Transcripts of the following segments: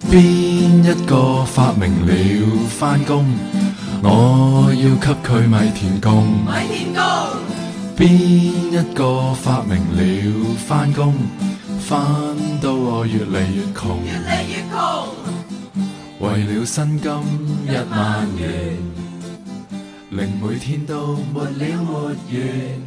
邊一個發明了返工，我要給佢米田共。邊一個發明了返工，返到我越嚟越窮，為了薪金1萬元，令每天都沒了沒完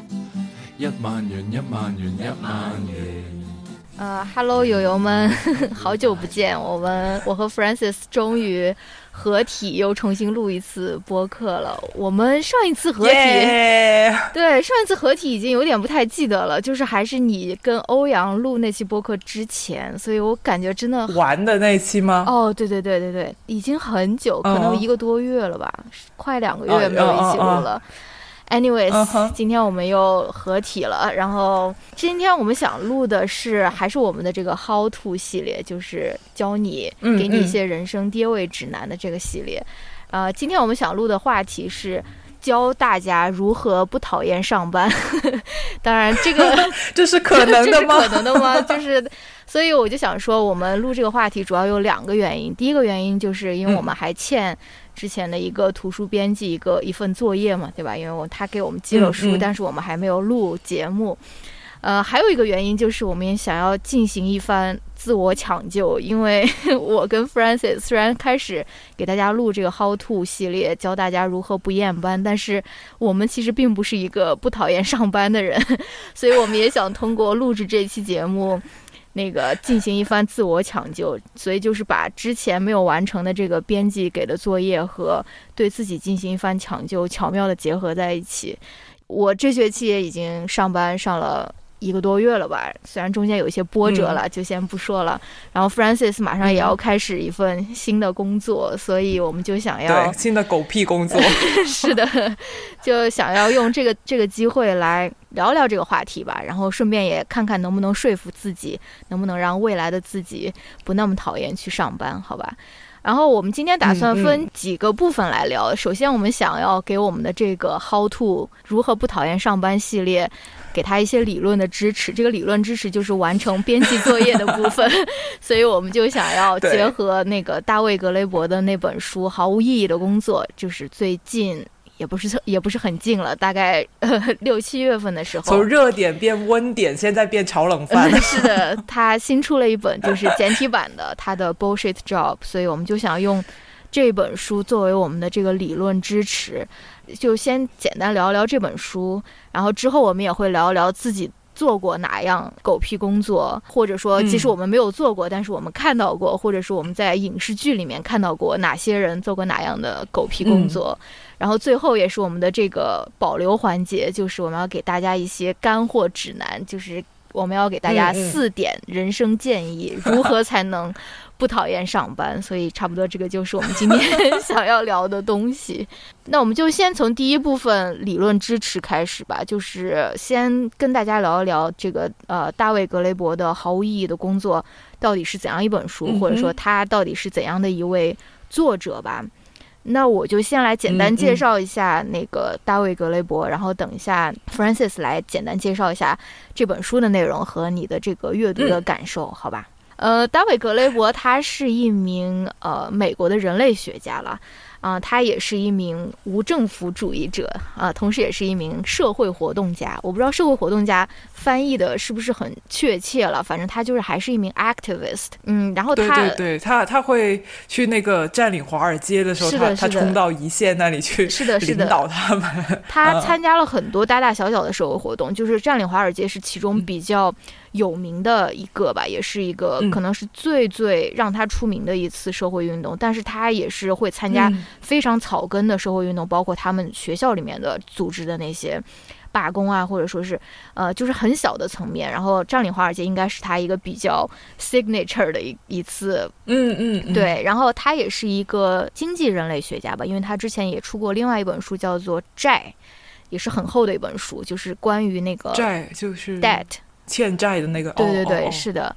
，1萬元1萬元1萬元。 Hello 友友们，好久不见，我和 Francis 终于合体又重新录一次播客了。我们上一次合体，对，上一次合体已经有点不太记得了，就是还是你跟欧阳录那期播客之前，所以我感觉真的玩的那期吗？ 哦，对，已经很久，可能1个多月了吧，快2个月没有一起录了。Anyways，今天我们又合体了，然后今天我们想录的是还是我们的这个 How to 系列，就是教你给你一些人生跌位指南的这个系列。今天我们想录的话题是教大家如何不讨厌上班。当然这个这是可能的吗？ 这是可能的吗？就是所以我就想说我们录这个话题主要有2个原因。第一个原因就是因为我们还欠之前的一个图书编辑一份作业嘛，对吧？因为他给我们寄了书，但是我们还没有录节目。还有一个原因就是我们也想要进行一番自我抢救，因为我跟 Francis 虽然开始给大家录这个 How to 系列，教大家如何不厌班，但是我们其实并不是一个不讨厌上班的人，所以我们也想通过录制这期节目进行一番自我抢救，所以就是把之前没有完成的这个编辑给的作业和对自己进行一番抢救巧妙的结合在一起。我这学期也已经上班上了1个多月了吧，虽然中间有一些波折了，就先不说了。然后 Francis 马上也要开始一份新的工作，所以我们就想要对新的狗屁工作。 是的，就想要用这个机会来聊聊这个话题吧，然后顺便也看看能不能说服自己，能不能让未来的自己不那么讨厌去上班，好吧？然后我们今天打算分几个部分来聊。首先我们想要给我们的这个 How to 如何不讨厌上班系列给他一些理论的支持，这个理论支持就是完成编辑作业的部分。所以我们就想要结合那个大卫格雷伯的那本书毫无意义的工作，就是最近也不是很近了，大概6-7月份的时候， 从热点变温点，现在变炒冷饭。 是的，他新出了一本就是简体版的他的 Bullshit Job， 所以我们就想用这本书作为我们的这个理论支持，就先简单聊聊这本书，然后之后我们也会聊聊自己做过哪样狗屁工作，或者说即使我们没有做过，但是我们看到过，或者是我们在影视剧里面看到过哪些人做过哪样的狗屁工作。然后最后也是我们的这个保留环节，就是我们要给大家一些干货指南，就是我们要给大家4点人生建议，如何才能不讨厌上班。所以差不多这个就是我们今天想要聊的东西。那我们就先从第一部分理论支持开始吧，就是先跟大家聊一聊这个大卫格雷伯的毫无意义的工作到底是怎样一本书，或者说他到底是怎样的一位作者吧。那我就先来简单介绍一下那个大卫格雷伯，然后等一下 Francis 来简单介绍一下这本书的内容和你的这个阅读的感受，好吧？大卫格雷伯他是一名美国的人类学家了。他也是一名无政府主义者同时也是一名社会活动家。我不知道社会活动家翻译的是不是很确切了，反正他就是还是一名 activist。然后对，他会去那个占领华尔街的时候，他冲到一线那里去领导他们。 他参加了很多大大小小的社会活动，就是占领华尔街是其中比较有名的一个吧，也是一个可能是最让他出名的一次社会运动。但是他也是会参加非常草根的社会运动，包括他们学校里面的组织的那些罢工啊，或者说是就是很小的层面。然后占领华尔街应该是他一个比较 signature 的一次对。然后他也是一个经济人类学家吧，因为他之前也出过另外一本书叫做债，也是很厚的一本书，就是关于那个债就是 debt 欠债的那个。 对，是的。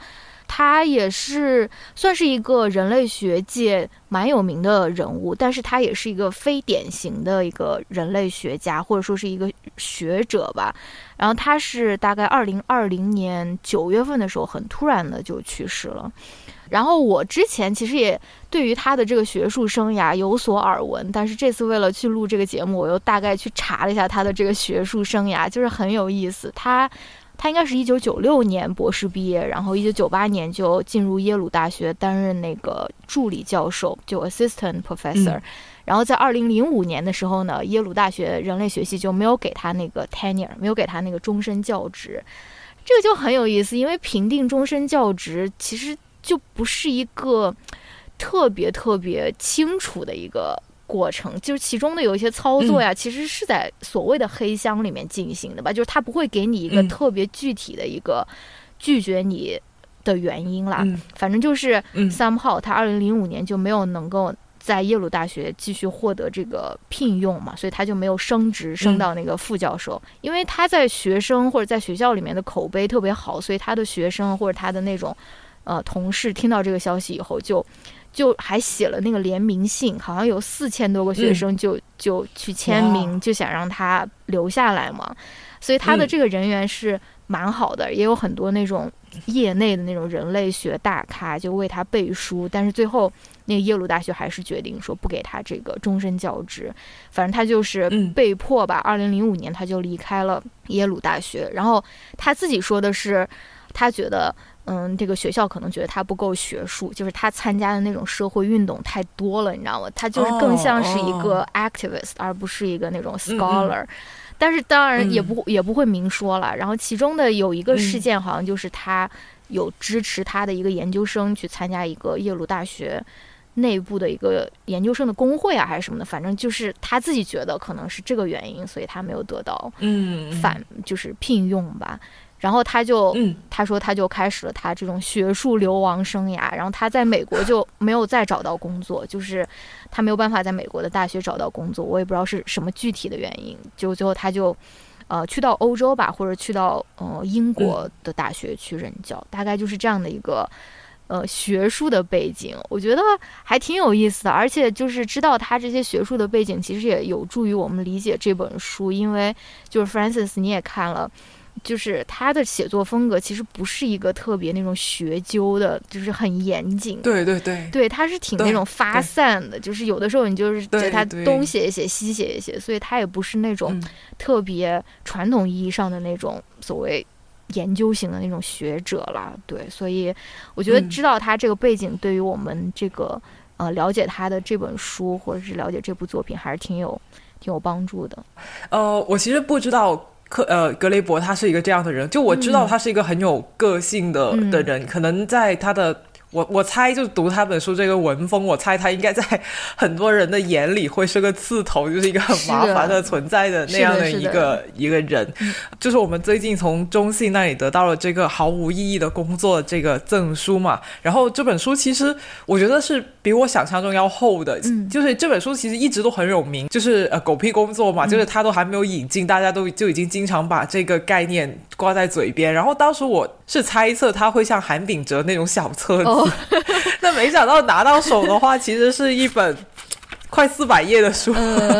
他也是算是一个人类学界蛮有名的人物，但是他也是一个非典型的一个人类学家，或者说是一个学者吧。然后他是大概2020年9月份的时候很突然的就去世了。然后我之前其实也对于他的这个学术生涯有所耳闻，但是这次为了去录这个节目，我又大概去查了一下他的这个学术生涯，就是很有意思。他应该是1996年博士毕业，然后1998年就进入耶鲁大学担任那个助理教授，就 assistant professor。然后在2005年的时候呢，耶鲁大学人类学系就没有给他那个 tenure， 没有给他那个终身教职。这个就很有意思，因为评定终身教职其实就不是一个特别清楚的一个过程，就是其中的有一些操作呀，其实是在所谓的黑箱里面进行的吧，就是他不会给你一个特别具体的一个拒绝你的原因啦。反正就是somehow他2005年就没有能够在耶鲁大学继续获得这个聘用嘛，所以他就没有升职升到那个副教授。因为他在学生或者在学校里面的口碑特别好，所以他的学生或者他的那种同事听到这个消息以后就还写了那个联名信，好像有4000多个学生就去签名，就想让他留下来嘛。所以他的这个人缘是蛮好的，也有很多那种业内的那种人类学大咖就为他背书，但是最后那个耶鲁大学还是决定说不给他这个终身教职。反正他就是被迫吧，2005年他就离开了耶鲁大学。然后他自己说的是他觉得这个学校可能觉得他不够学术，就是他参加的那种社会运动太多了，你知道吗？他就是更像是一个 activist，而不是一个那种 scholar。但是当然也不会明说了。然后其中的有一个事件，好像就是他有支持他的一个研究生去参加一个耶鲁大学内部的一个研究生的工会啊，还是什么的，反正就是他自己觉得可能是这个原因，所以他没有得到就是聘用吧。然后他说他就开始了他这种学术流亡生涯，然后他在美国就没有再找到工作，就是他没有办法在美国的大学找到工作，我也不知道是什么具体的原因，就最后他就去到欧洲吧，或者去到英国的大学去任教，大概就是这样的一个学术的背景。我觉得还挺有意思的，而且就是知道他这些学术的背景其实也有助于我们理解这本书，因为就是 Francis 你也看了，就是他的写作风格其实不是一个特别那种学究的，就是很严谨。对，他是挺那种发散的，就是有的时候你就是觉得他东写一写西写一写，所以他也不是那种特别传统意义上的那种所谓研究型的那种学者啦。对，所以我觉得知道他这个背景对于我们这个了解他的这本书或者是了解这部作品还是挺有帮助的。 我其实不知道格雷伯他是一个这样的人，就我知道他是一个很有个性的人，可能在他的我猜就读他本书这个文风，我猜他应该在很多人的眼里会是个刺头，就是一个很麻烦的存在的那样的一个人。就是我们最近从中信那里得到了这个毫无意义的工作这个证书嘛，然后这本书其实我觉得是比我想象中要厚的，就是这本书其实一直都很有名，就是狗屁工作嘛，就是他都还没有引进，大家就已经经常把这个概念挂在嘴边。然后当时我是猜测他会像韩炳哲那种小册子，那没想到拿到手的话其实是一本快400页的书。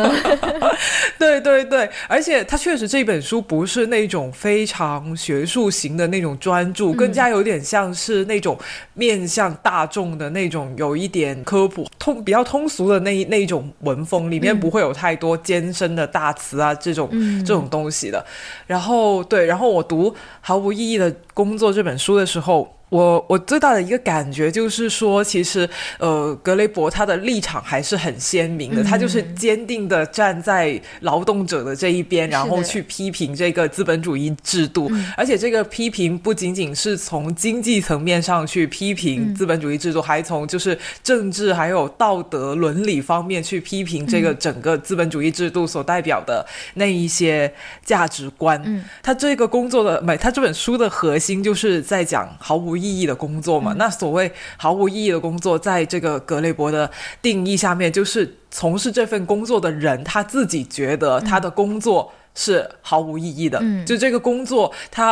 对，而且它确实这本书不是那种非常学术型的那种专注，更加有点像是那种面向大众的那种有一点科普比较通俗的那种文风，里面不会有太多艰深的大词啊这种东西的。然后我读毫无意义的工作这本书的时候，我最大的一个感觉就是说，其实格雷伯他的立场还是很鲜明的，他就是坚定的站在劳动者的这一边，然后去批评这个资本主义制度，而且这个批评不仅仅是从经济层面上去批评资本主义制度，还从就是政治还有道德伦理方面去批评这个整个资本主义制度所代表的那一些价值观。他这个工作的他这本书的核心就是在讲毫无意义的工作嘛，那所谓毫无意义的工作在这个格雷伯的定义下面，就是从事这份工作的人他自己觉得他的工作是毫无意义的，就这个工作他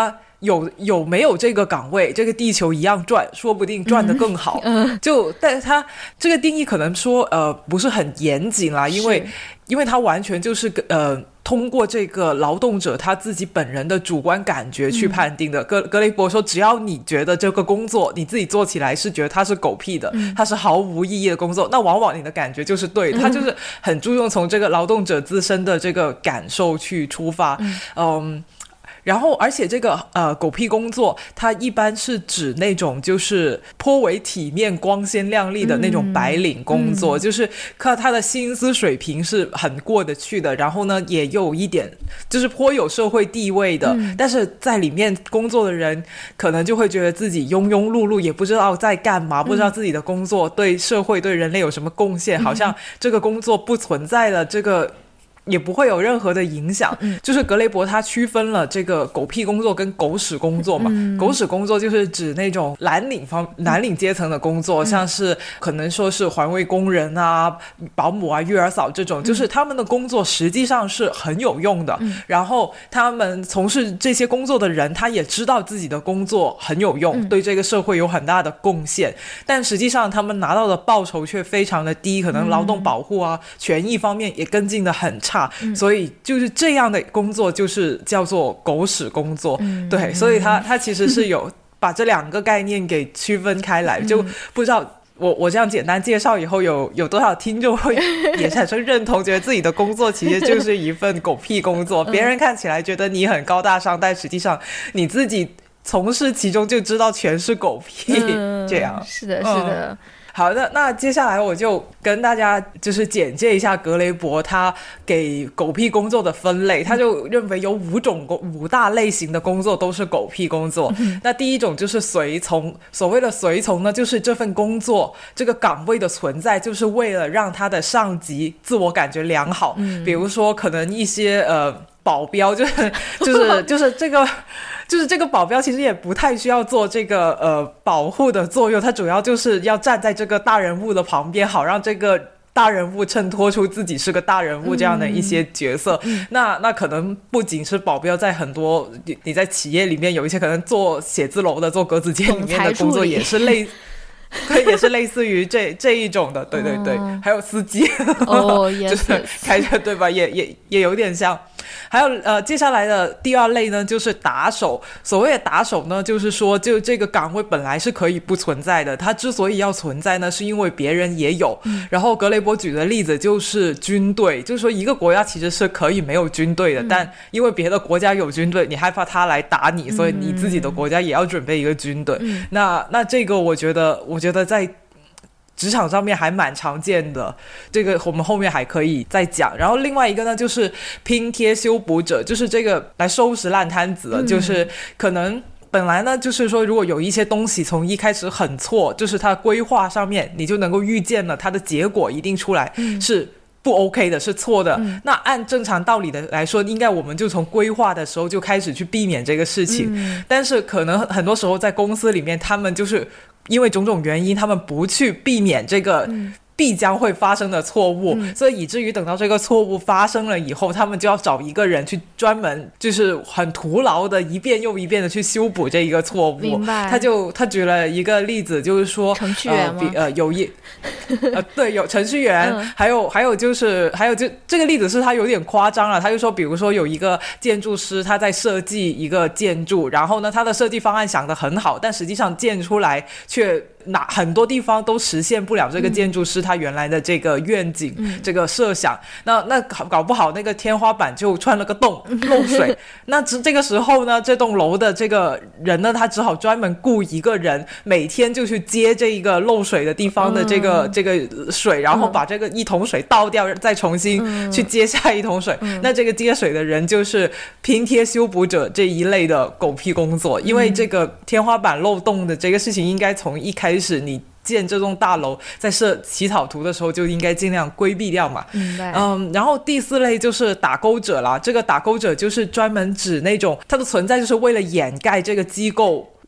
有没有这个岗位，这个地球一样转，说不定转得更好。但是它这个定义可能说不是很严谨啦，因为它完全就是通过这个劳动者他自己本人的主观感觉去判定的。格雷伯说，只要你觉得这个工作你自己做起来是觉得它是狗屁的，它是毫无意义的工作，那往往你的感觉就是对。他就是很注重从这个劳动者自身的这个感受去出发。然后而且这个狗屁工作它一般是指那种就是颇为体面光鲜亮丽的那种白领工作，就是看他的薪资水平是很过得去的，然后呢也有一点就是颇有社会地位的，但是在里面工作的人可能就会觉得自己庸庸碌碌，也不知道在干嘛，不知道自己的工作对社会对人类有什么贡献，好像这个工作不存在了，这个也不会有任何的影响。就是格雷伯他区分了这个狗屁工作跟狗屎工作嘛。狗屎工作就是指那种蓝领阶层的工作，像是可能说是环卫工人啊、保姆啊、育儿嫂这种，就是他们的工作实际上是很有用的，然后他们从事这些工作的人他也知道自己的工作很有用，对这个社会有很大的贡献，但实际上他们拿到的报酬却非常的低，可能劳动保护啊、权益方面也跟进的很差，所以就是这样的工作就是叫做狗屎工作。对，所以他其实是有把这两个概念给区分开来。就不知道我这样简单介绍以后有多少听众会也产生认同，觉得自己的工作其实就是一份狗屁工作。别人看起来觉得你很高大上，但实际上你自己从事其中就知道全是狗屁。这样是的是的。 好的，那接下来我就跟大家就是简介一下格雷伯他给狗屁工作的分类。他就认为有五大类型的工作都是狗屁工作。那第一种就是随从，所谓的随从呢，就是这份工作这个岗位的存在就是为了让他的上级自我感觉良好。比如说可能一些保镖就是这个保镖其实也不太需要做这个保护的作用，他主要就是要站在这个大人物的旁边，好让这个大人物衬托出自己是个大人物这样的一些角色。那可能不仅是保镖，在很多你在企业里面有一些可能做写字楼的、做格子间里面的工作也是也是类似于这一种的。对对对，还有司机就是开车，对吧？也有点像。还有接下来的第二类呢，就是打手。所谓的打手呢，就是说就这个岗位本来是可以不存在的，它之所以要存在呢，是因为别人也有。然后格雷伯举的例子就是军队，就是说一个国家其实是可以没有军队的，但因为别的国家有军队，你害怕他来打你，所以你自己的国家也要准备一个军队。那这个我觉得在职场上面还蛮常见的，这个我们后面还可以再讲。然后另外一个呢，就是拼贴修补者，就是这个来收拾烂摊子的。就是可能本来呢，就是说如果有一些东西从一开始很错，就是它规划上面你就能够预见了它的结果一定出来是不 OK 的，是错的。那按正常道理的来说，应该我们就从规划的时候就开始去避免这个事情。但是可能很多时候在公司里面，他们就是因为种种原因，他们不去避免这个必将会发生的错误，所以以至于等到这个错误发生了以后，他们就要找一个人去专门就是很徒劳的一遍又一遍的去修补这一个错误。 明白。 他举了一个例子，就是说程序员吗？ 对，有程序员，还有就这个例子是他有点夸张了。他就说，比如说有一个建筑师，他在设计一个建筑，然后呢，他的设计方案想得很好，但实际上建出来却很多地方都实现不了这个建筑师他原来的这个愿景，这个设想。那搞不好那个天花板就穿了个洞，漏水。那这个时候呢，这栋楼的这个人呢，他只好专门雇一个人，每天就去接这一个漏水的地方的这个水，然后把这个一桶水倒掉，再重新去接下一桶水。那这个接水的人就是拼贴修补者这一类的狗屁工作。因为这个天花板漏洞的这个事情应该从一开始你建这栋大楼在设起草图的时候就应该尽量规避掉嘛。然后第四类就是打勾者啦。这个打勾者就是专门指那种它的存在就是为了掩盖这个机构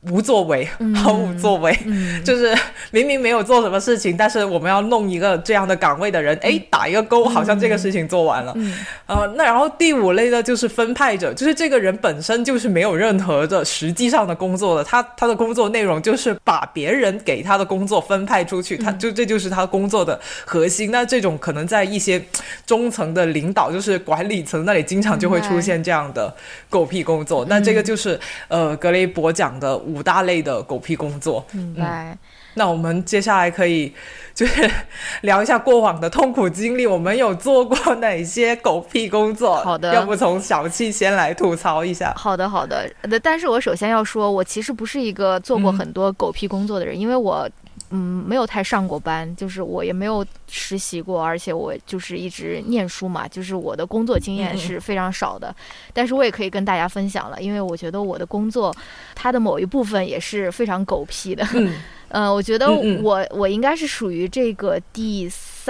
无作为，毫无作为，就是明明没有做什么事情，但是我们要弄一个这样的岗位的人，打一个勾，好像这个事情做完了。那然后第五类呢，就是分派者，就是这个人本身就是没有任何的实际上的工作的，他的工作内容就是把别人给他的工作分派出去，这就是他工作的核心。那这种可能在一些中层的领导，就是管理层那里，经常就会出现这样的狗屁工作。那这个就是格雷伯讲的5大类的狗屁工作。 明白。 那我们接下来可以就是聊一下过往的痛苦经历，我们有做过哪些狗屁工作？ 好的， 要不从小七先来吐槽一下。 好的，但是我首先要说，我其实不是一个做过很多狗屁工作的人，因为我没有太上过班，就是我也没有实习过，而且我就是一直念书嘛，就是我的工作经验是非常少的。但是我也可以跟大家分享了，因为我觉得我的工作它的某一部分也是非常狗屁的。我觉得我应该是属于这个第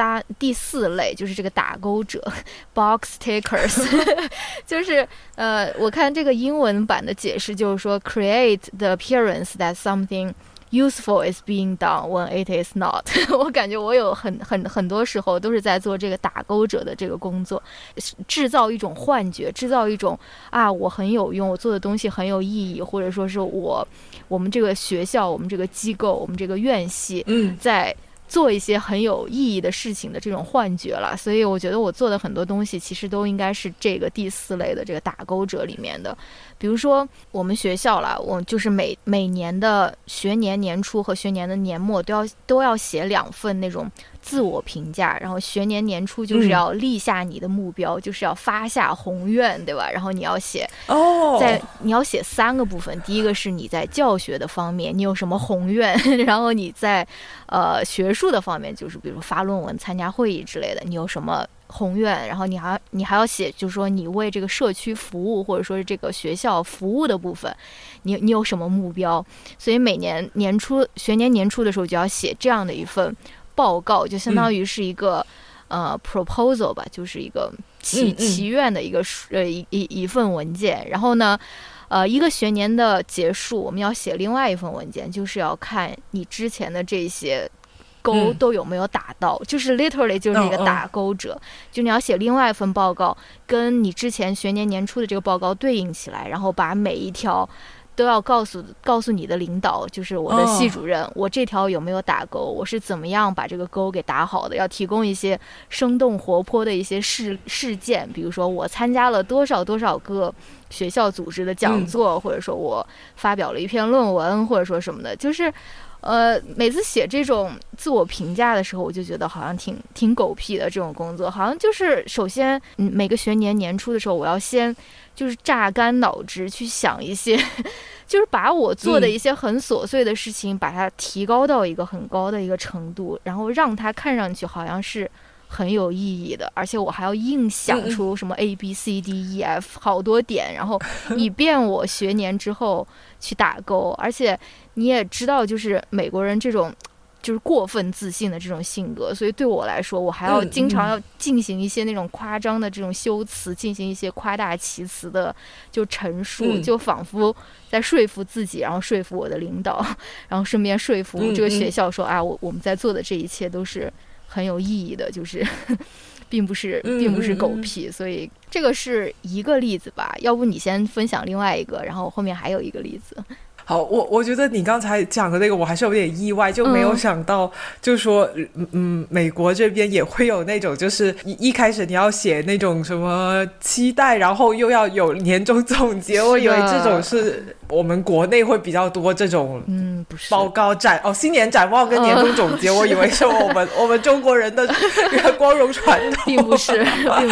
4类，就是这个打勾者 box takers 就是我看这个英文版的解释就是说 create the appearance that something useful is being done when it is not 我感觉我有很多时候都是在做这个打勾者的这个工作，制造一种幻觉，制造一种我很有用，我做的东西很有意义，或者说是我们这个学校，我们这个机构，我们这个院系在做一些很有意义的事情的这种幻觉了。所以我觉得我做的很多东西其实都应该是这个第4类的这个打勾者里面的。比如说我们学校啦，我就是每年的学年年初和学年的年末都要写2份那种自我评价，然后学年年初就是要立下你的目标，就是要发下宏愿，对吧？然后你要写你要写3个部分，第一个是你在教学的方面你有什么宏愿，然后你在学术的方面，就是比如发论文、参加会议之类的，你有什么宏愿，然后你还要写，就是说你为这个社区服务或者说是这个学校服务的部分，你有什么目标？所以每年学年年初的时候就要写这样的一份报告，就相当于是一个proposal 吧，就是一个祈愿的一份文件。然后呢一个学年的结束，我们要写另外一份文件，就是要看你之前的这些勾都有没有打到，就是 literally 就是一个打勾者，就你要写另外一份报告，跟你之前学年年初的这个报告对应起来，然后把每一条都要告诉你的领导，就是我的系主任，我这条有没有打勾，我是怎么样把这个勾给打好的，要提供一些生动活泼的一些事件，比如说我参加了多少个学校组织的讲座，或者说我发表了一篇论文，或者说什么的。就是每次写这种自我评价的时候，我就觉得好像挺狗屁的。这种工作好像就是首先每个学年年初的时候，我要先就是榨干脑汁去想一些就是把我做的一些很琐碎的事情把它提高到一个很高的一个程度，然后让它看上去好像是很有意义的，而且我还要硬想出什么 A B C D E F 好多点，然后以便我学年之后去打勾。而且你也知道，就是美国人这种就是过分自信的这种性格，所以对我来说，我还要经常要进行一些那种夸张的这种修辞，进行一些夸大其词的就陈述，就仿佛在说服自己，然后说服我的领导，然后顺便说服这个学校说我们在做的这一切都是很有意义的，就是并不是狗屁。所以这个是一个例子吧，要不你先分享另外一个，然后后面还有一个例子。 好，我觉得你刚才讲的那个我还是有点意外，就没有想到就是说美国这边也会有那种就是一开始你要写那种什么期待，然后又要有年终总结。我以为这种是我们国内会比较多这种报告新年展望跟年终总结，我以为是我们中国人的光荣传统。 并不是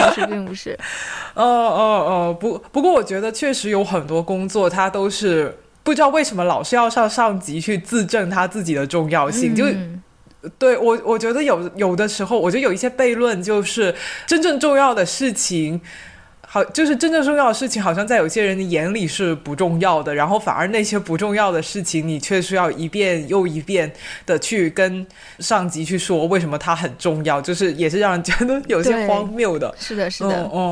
不过我觉得确实有很多工作它都是不知道为什么老是要上级去自证他自己的重要性。就对我觉得有的时候，我觉得有一些悖论，就是真正重要的事情就是真正重要的事情好像在有些人的眼里是不重要的，然后反而那些不重要的事情你却需要一遍又一遍的去跟上级去说为什么它很重要，就是也是让人觉得有些荒谬的。 是的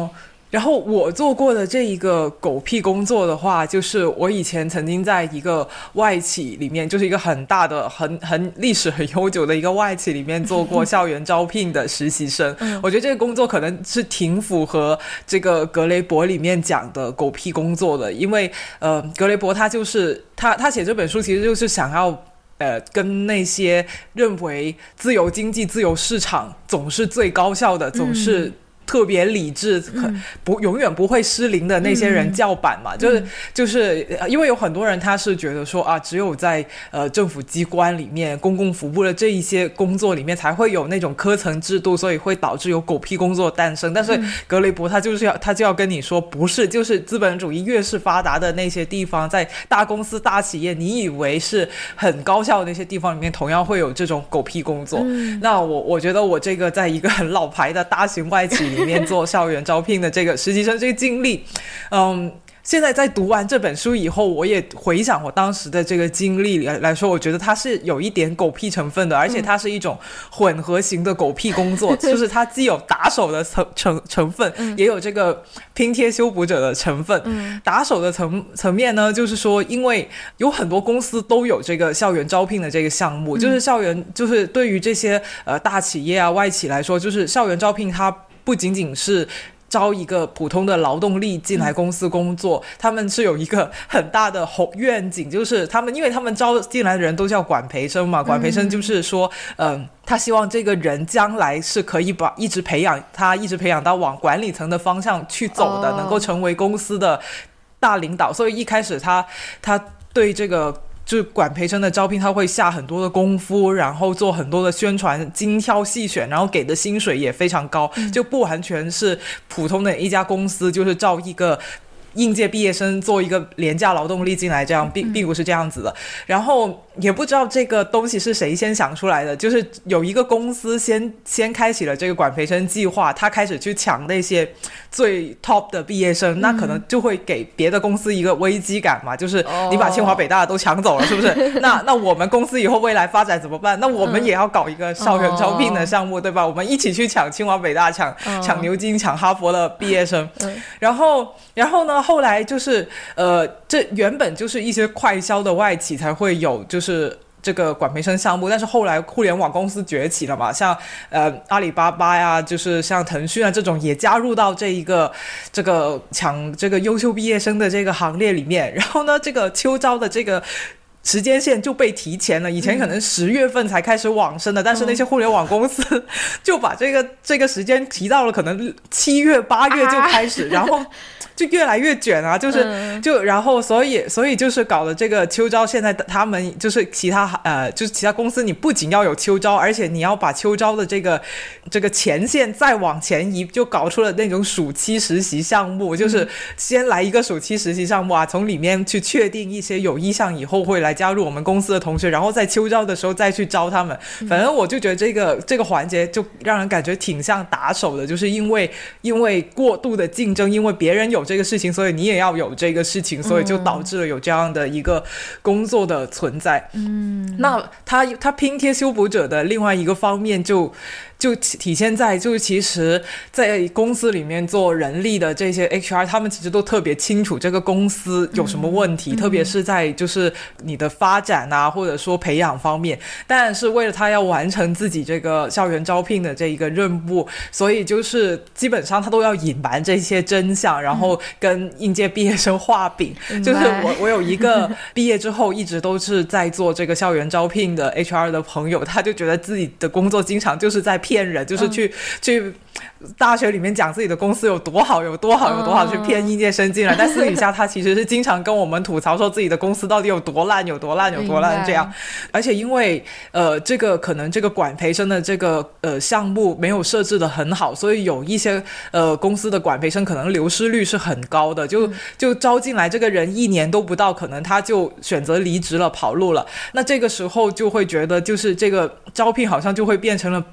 然后我做过的这一个狗屁工作的话，就是我以前曾经在一个外企里面，就是一个很大的很历史很悠久的一个外企里面做过校园招聘的实习生我觉得这个工作可能是挺符合这个格雷伯里面讲的狗屁工作的，因为格雷伯他就是他写这本书其实就是想要跟那些认为自由经济自由市场总是最高效的总是特别理智永远不会失灵的那些人叫板嘛就是因为有很多人他是觉得说啊，只有在政府机关里面公共服务的这一些工作里面才会有那种科层制度，所以会导致有狗屁工作诞生。但是格雷伯他就要跟你说不是，就是资本主义越是发达的那些地方，在大公司大企业你以为是很高效的那些地方里面同样会有这种狗屁工作那我觉得我这个在一个很老牌的大型外企里面做校园招聘的这个实习生这个经历现在在读完这本书以后，我也回想我当时的这个经历来说，我觉得它是有一点狗屁成分的，而且它是一种混合型的狗屁工作就是它既有打手的成分也有这个拼贴修补者的成分打手的层面呢，就是说因为有很多公司都有这个校园招聘的这个项目就是校园就是对于这些大企业啊外企来说，就是校园招聘它不仅仅是招一个普通的劳动力进来公司工作他们是有一个很大的愿景，就是因为他们招进来的人都叫管培生嘛管培生就是说他希望这个人将来是可以一直培养到往管理层的方向去走的能够成为公司的大领导所以一开始他对这个就是管培生的招聘他会下很多的功夫，然后做很多的宣传，精挑细选，然后给的薪水也非常高就不完全是普通的一家公司就是招一个应届毕业生做一个廉价劳动力进来这样并不是这样子的。然后也不知道这个东西是谁先想出来的，就是有一个公司先开启了这个管培生计划，他开始去抢那些最 top 的毕业生那可能就会给别的公司一个危机感嘛，就是你把清华北大都抢走了是不是那我们公司以后未来发展怎么办，那我们也要搞一个校园招聘的项目对吧，我们一起去抢清华北大抢牛津抢哈佛的毕业生然后呢后来就是这原本就是一些快销的外企才会有就是这个管培生项目，但是后来互联网公司崛起了嘛，像阿里巴巴呀就是像腾讯啊这种也加入到这个抢这个优秀毕业生的这个行列里面，然后呢这个秋招的这个时间线就被提前了，以前可能10月份才开始往生的但是那些互联网公司就把这个时间提到了可能7月8月就开始然后就越来越卷啊，然后所以就是搞的这个秋招，现在他们就是其他公司，你不仅要有秋招，而且你要把秋招的这个前线再往前移，就搞出了那种暑期实习项目，就是先来一个暑期实习项目啊，从里面去确定一些有意向以后会来加入我们公司的同学，然后在秋招的时候再去招他们。反正我就觉得这个环节就让人感觉挺像打手的，就是因为过度的竞争，因为别人有这个事情所以你也要有这个事情，所以就导致了有这样的一个工作的存在那他拼贴修补者的另外一个方面就体现在就是其实在公司里面做人力的这些 HR 他们其实都特别清楚这个公司有什么问题特别是在就是你的发展啊或者说培养方面，但是为了他要完成自己这个校园招聘的这一个任务，所以就是基本上他都要隐瞒这些真相，然后跟应届毕业生画饼就是我有一个毕业之后一直都是在做这个校园招聘的 HR 的朋友，他就觉得自己的工作经常就是在骗人，就是去大学里面讲自己的公司有多好去骗应届生进来但私底下他其实是经常跟我们吐槽说自己的公司到底有多烂这样。而且因为这个可能这个管培生的这个项目没有设置的很好，所以有一些公司的管培生可能流失率是很高的，就招进来这个人1年都不到，可能他就选择离职了跑路了，那这个时候就会觉得就是这个招聘好像就会变成了不是很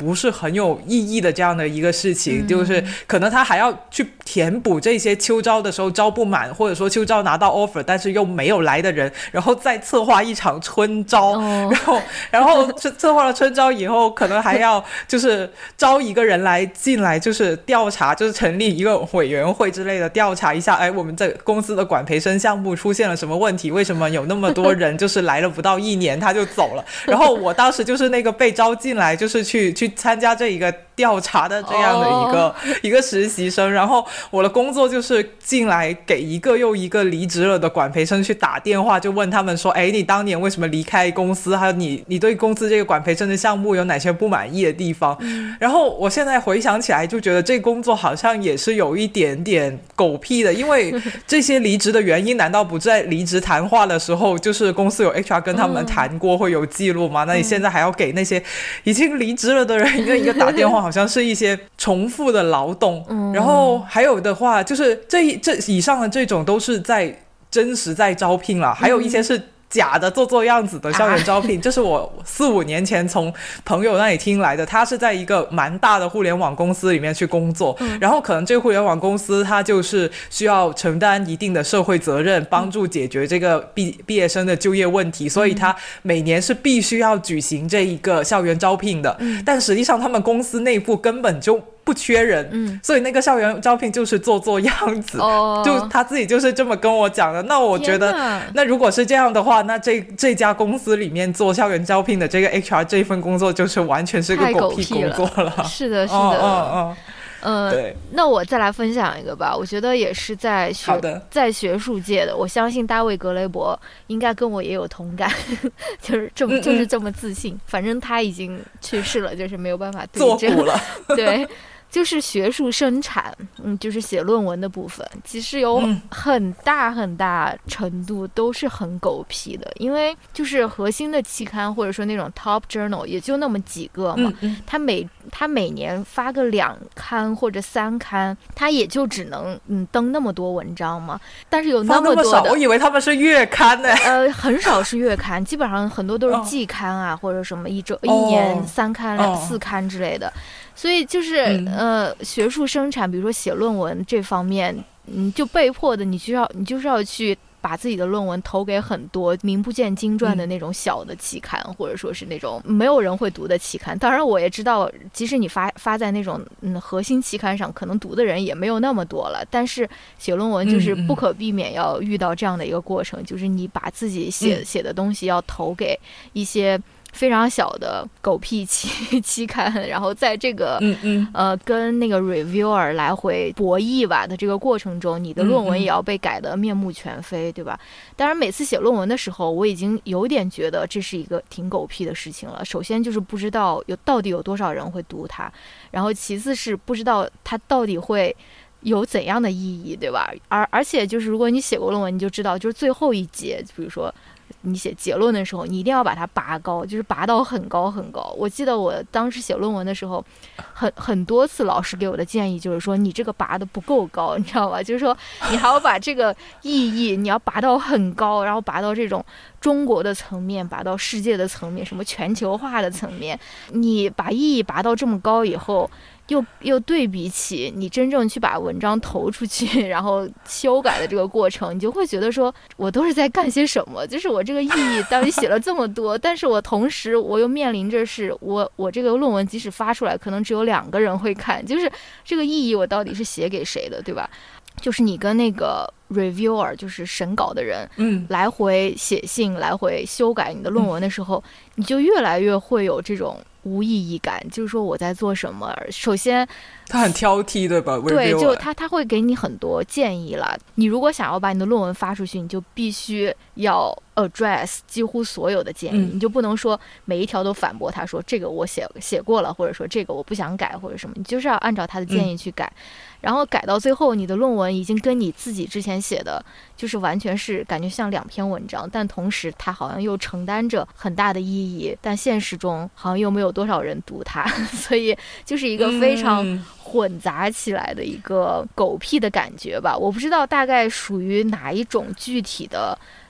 很有意义的这样的一个事情，就是可能他还要去填补这些秋招的时候招不满，或者说秋招拿到 offer 但是又没有来的人，然后再策划一场春招，然后策划了春招以后，可能还要就是招一个人来进来，就是调查，就是成立一个委员会之类的调查一下，哎，我们这公司的管培生项目出现了什么问题？为什么有那么多人就是来了不到1年他就走了？然后我当时就是那个被招进来，就是去参加这一个调查的这样的一个实习生，然后我的工作就是进来给一个又一个离职了的管培生去打电话，就问他们说，哎，你当年为什么离开公司？还有你对公司这个管培生的项目有哪些不满意的地方？然后我现在回想起来就觉得这工作好像也是有一点点狗屁的，因为这些离职的原因难道不在离职谈话的时候就是公司有 HR 跟他们谈过会有记录吗？那你现在还要给那些已经离职了的人一个一个打电话，好像是一些重复的劳动。然后还有的话就是这以上的这种都是在真实在招聘了，还有一些是假的做样子的校园招聘，这是我4-5年前从朋友那里听来的。他是在一个蛮大的互联网公司里面去工作，然后可能这个互联网公司他就是需要承担一定的社会责任，帮助解决这个毕业生的就业问题，所以他每年是必须要举行这一个校园招聘的。但实际上他们公司内部根本就不缺人，所以那个校园招聘就是做样子，就他自己就是这么跟我讲的。那我觉得那如果是这样的话，那这家公司里面做校园招聘的这个 HR 这份工作就是完全是个狗屁工作了。 是的对，那我再来分享一个吧，我觉得也是在学术界的，我相信大卫格雷伯应该跟我也有同感就是这么自信，反正他已经去世了，就是没有办法对证， 做古了对，就是学术生产，就是写论文的部分，其实有很大程度都是很狗屁的，因为就是核心的期刊或者说那种 top journal 也就那么几个嘛，他每年发个2刊或者3刊，他也就只能登那么多文章嘛，但是有那么多的， 少，我以为他们是月刊呢。 很少是月刊，基本上很多都是季刊啊，或者什么一年3刊、4刊之类的。所以就是学术生产，比如说写论文这方面，就被迫的你就是要去把自己的论文投给很多名不见经传的那种小的期刊，或者说是那种没有人会读的期刊。当然我也知道，即使你发在那种核心期刊上，可能读的人也没有那么多了，但是写论文就是不可避免要遇到这样的一个过程，就是你把自己写的东西要投给一些非常小的狗屁期刊，然后在这个跟那个 reviewer 来回博弈吧的这个过程中，你的论文也要被改得面目全非，对吧？当然每次写论文的时候，我已经有点觉得这是一个挺狗屁的事情了。首先就是不知道到底有多少人会读它，然后其次是不知道它到底会有怎样的意义，对吧？而且就是如果你写过论文，你就知道，就是最后一节，比如说你写结论的时候，你一定要把它拔高，就是拔到很高很高。我记得我当时写论文的时候，很多次老师给我的建议就是说，你这个拔的不够高，你知道吧？就是说你还要把这个意义你要拔到很高，然后拔到这种中国的层面，拔到世界的层面，什么全球化的层面。你把意义拔到这么高以后，又对比起你真正去把文章投出去然后修改的这个过程，你就会觉得说我都是在干些什么，就是我这个意义到底写了这么多但是我同时我又面临着是我这个论文即使发出来可能只有2个人会看，就是这个意义我到底是写给谁的，对吧？就是你跟那个 reviewer 就是审稿的人来回写信来回修改你的论文的时候，你就越来越会有这种无意义感，就是说我在做什么。首先他很挑剔对吧？ 对，就他会给你很多建议了。你如果想要把你的论文发出去，你就必须要 address 几乎所有的建议，你就不能说每一条都反驳他说这个我写过了，或者说这个我不想改或者什么，你就是要按照他的建议去改。然后改到最后你的论文已经跟你自己之前写的就是完全是感觉像2篇文章，但同时它好像又承担着很大的意义，但现实中好像又没有多少人读它所以就是一个非常混杂起来的一个狗屁的感觉吧。我不知道大概属于哪一种具体的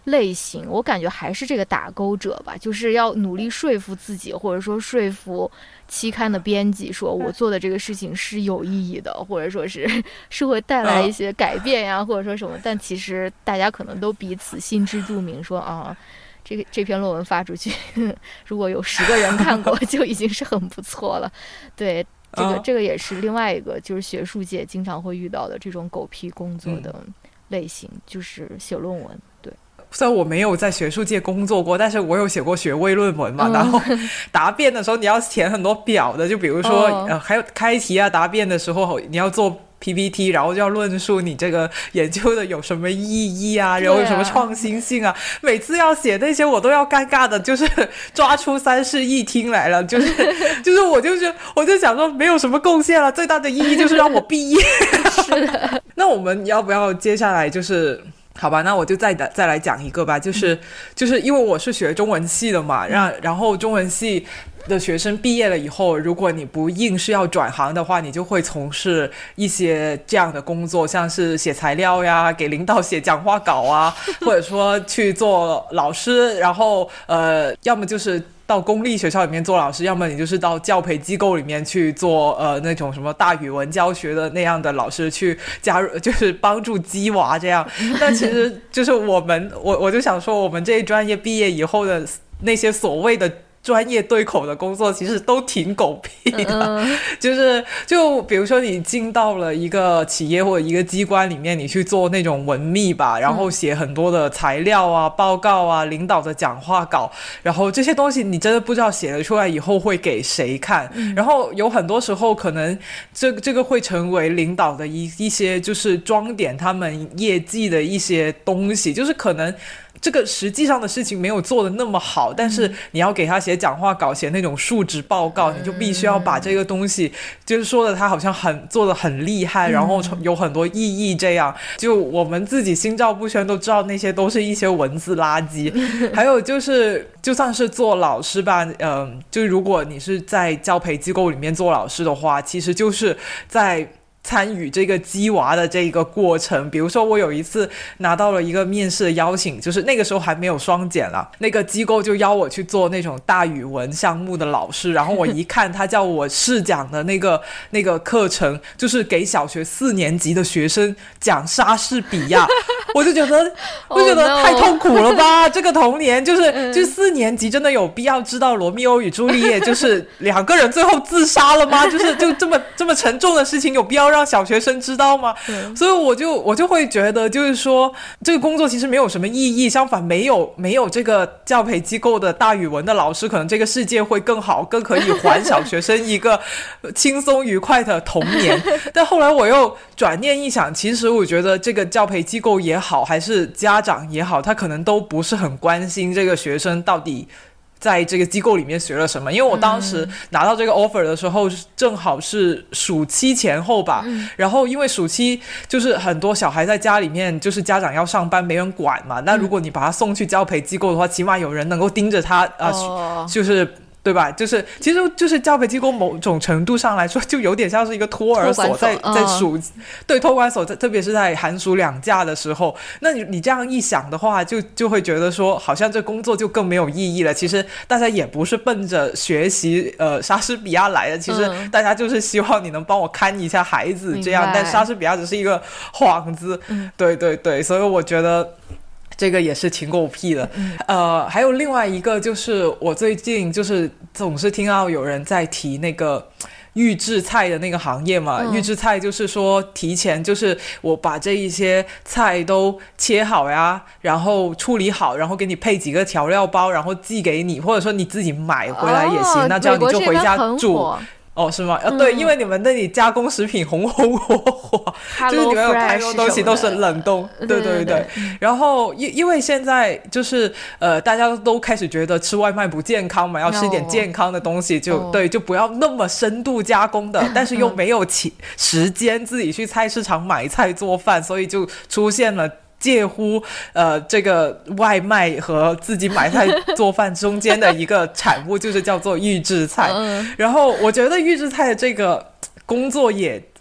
类型，我感觉还是这个打勾者吧，就是要努力说服自己，或者说说服期刊的编辑，说我做的这个事情是有意义的，或者说是会带来一些改变呀，或者说什么。但其实大家可能都彼此心知肚明，说啊，这篇论文发出去，如果有10个人看过，就已经是很不错了。对，这个也是另外一个，就是学术界经常会遇到的这种狗屁工作的类型，就是写论文。对。 虽然我没有在学术界工作过，但是我有写过学位论文嘛，然后答辩的时候你要填很多表的，就比如说还有开题啊，答辩的时候你要做 PPT， 然后就要论述你这个研究的有什么意义啊，然后有什么创新性啊，每次要写那些我都要尴尬的就是抓出三室一厅来了，就是我就想说没有什么贡献了，最大的意义就是让我毕业。 是的。 那我们要不要接下来就是好吧，那我就再来讲一个吧，就是因为我是学中文系的嘛，然后中文系的学生毕业了以后，如果你不硬是要转行的话，你就会从事一些这样的工作，像是写材料呀，给领导写讲话稿啊，或者说去做老师，然后要么就是到公立学校里面做老师，要么你就是到教培机构里面去做那种什么大语文教学的那样的老师，去加入就是帮助鸡娃这样。但其实就是我就想说，我们这一专业毕业以后的那些所谓的专业对口的工作其实都挺狗屁的，就比如说你进到了一个企业或者一个机关里面，你去做那种文秘吧，然后写很多的材料啊、报告啊、领导的讲话稿，然后这些东西你真的不知道写了出来以后会给谁看，然后有很多时候可能这个会成为领导的一些就是装点他们业绩的一些东西，就是可能这个实际上的事情没有做的那么好，但是你要给他写讲话稿，写那种述职报告，你就必须要把这个东西就是说的他好像做的很厉害，然后有很多意义，这样就我们自己心照不宣都知道那些都是一些文字垃圾。还有就是就算是做老师吧，就如果你是在教培机构里面做老师的话，其实就是在参与这个鸡娃的这个过程。比如说我有一次拿到了一个面试的邀请，就是那个时候还没有双减了，那个机构就邀我去做那种大语文项目的老师，然后我一看他叫我试讲的那个课程就是给小学4年级的学生讲莎士比亚我就觉得太痛苦了吧这个童年就4年级真的有必要知道罗密欧与朱丽叶就是2个人最后自杀了吗？就这么沉重的事情有必要让小学生知道吗？所以我就会觉得就是说这个工作其实没有什么意义，相反没有这个教培机构的大语文的老师，可能这个世界会更好，更可以还小学生一个轻松愉快的童年。但后来我又转念一想，其实我觉得这个教培机构也好还是家长也好，他可能都不是很关心这个学生到底在这个机构里面学了什么。因为我当时拿到这个 offer 的时候正好是暑期前后吧，然后因为暑期就是很多小孩在家里面就是家长要上班没人管嘛，那如果你把他送去教培机构的话，起码有人能够盯着他就是对吧，就是其实就是教培机构某种程度上来说就有点像是一个托儿所，在对托管所，特别是在寒暑2假的时候。那你这样一想的话，就会觉得说好像这工作就更没有意义了。其实大家也不是奔着学习莎士比亚来的，其实大家就是希望你能帮我看一下孩子这样，但莎士比亚只是一个幌子。对对对，所以我觉得这个也是挺狗屁的。还有另外一个就是我最近就是总是听到有人在提那个预制菜的那个行业嘛，预制菜就是说提前就是我把这一些菜都切好呀，然后处理好，然后给你配几个调料包，然后寄给你，或者说你自己买回来也行，那这样你就回家煮。哦，是吗？对，因为你们那里加工食品红红火火，就是你们有太多东西都是冷冻，对对对。然后因为现在就是大家都开始觉得吃外卖不健康嘛，要吃点健康的东西，就不要那么深度加工的，但是又没有时间自己去菜市场买菜做饭，所以就出现了介乎这个外卖和自己买菜做饭中间的一个产物，就是叫做预制菜。然后我觉得预制菜的这个工作也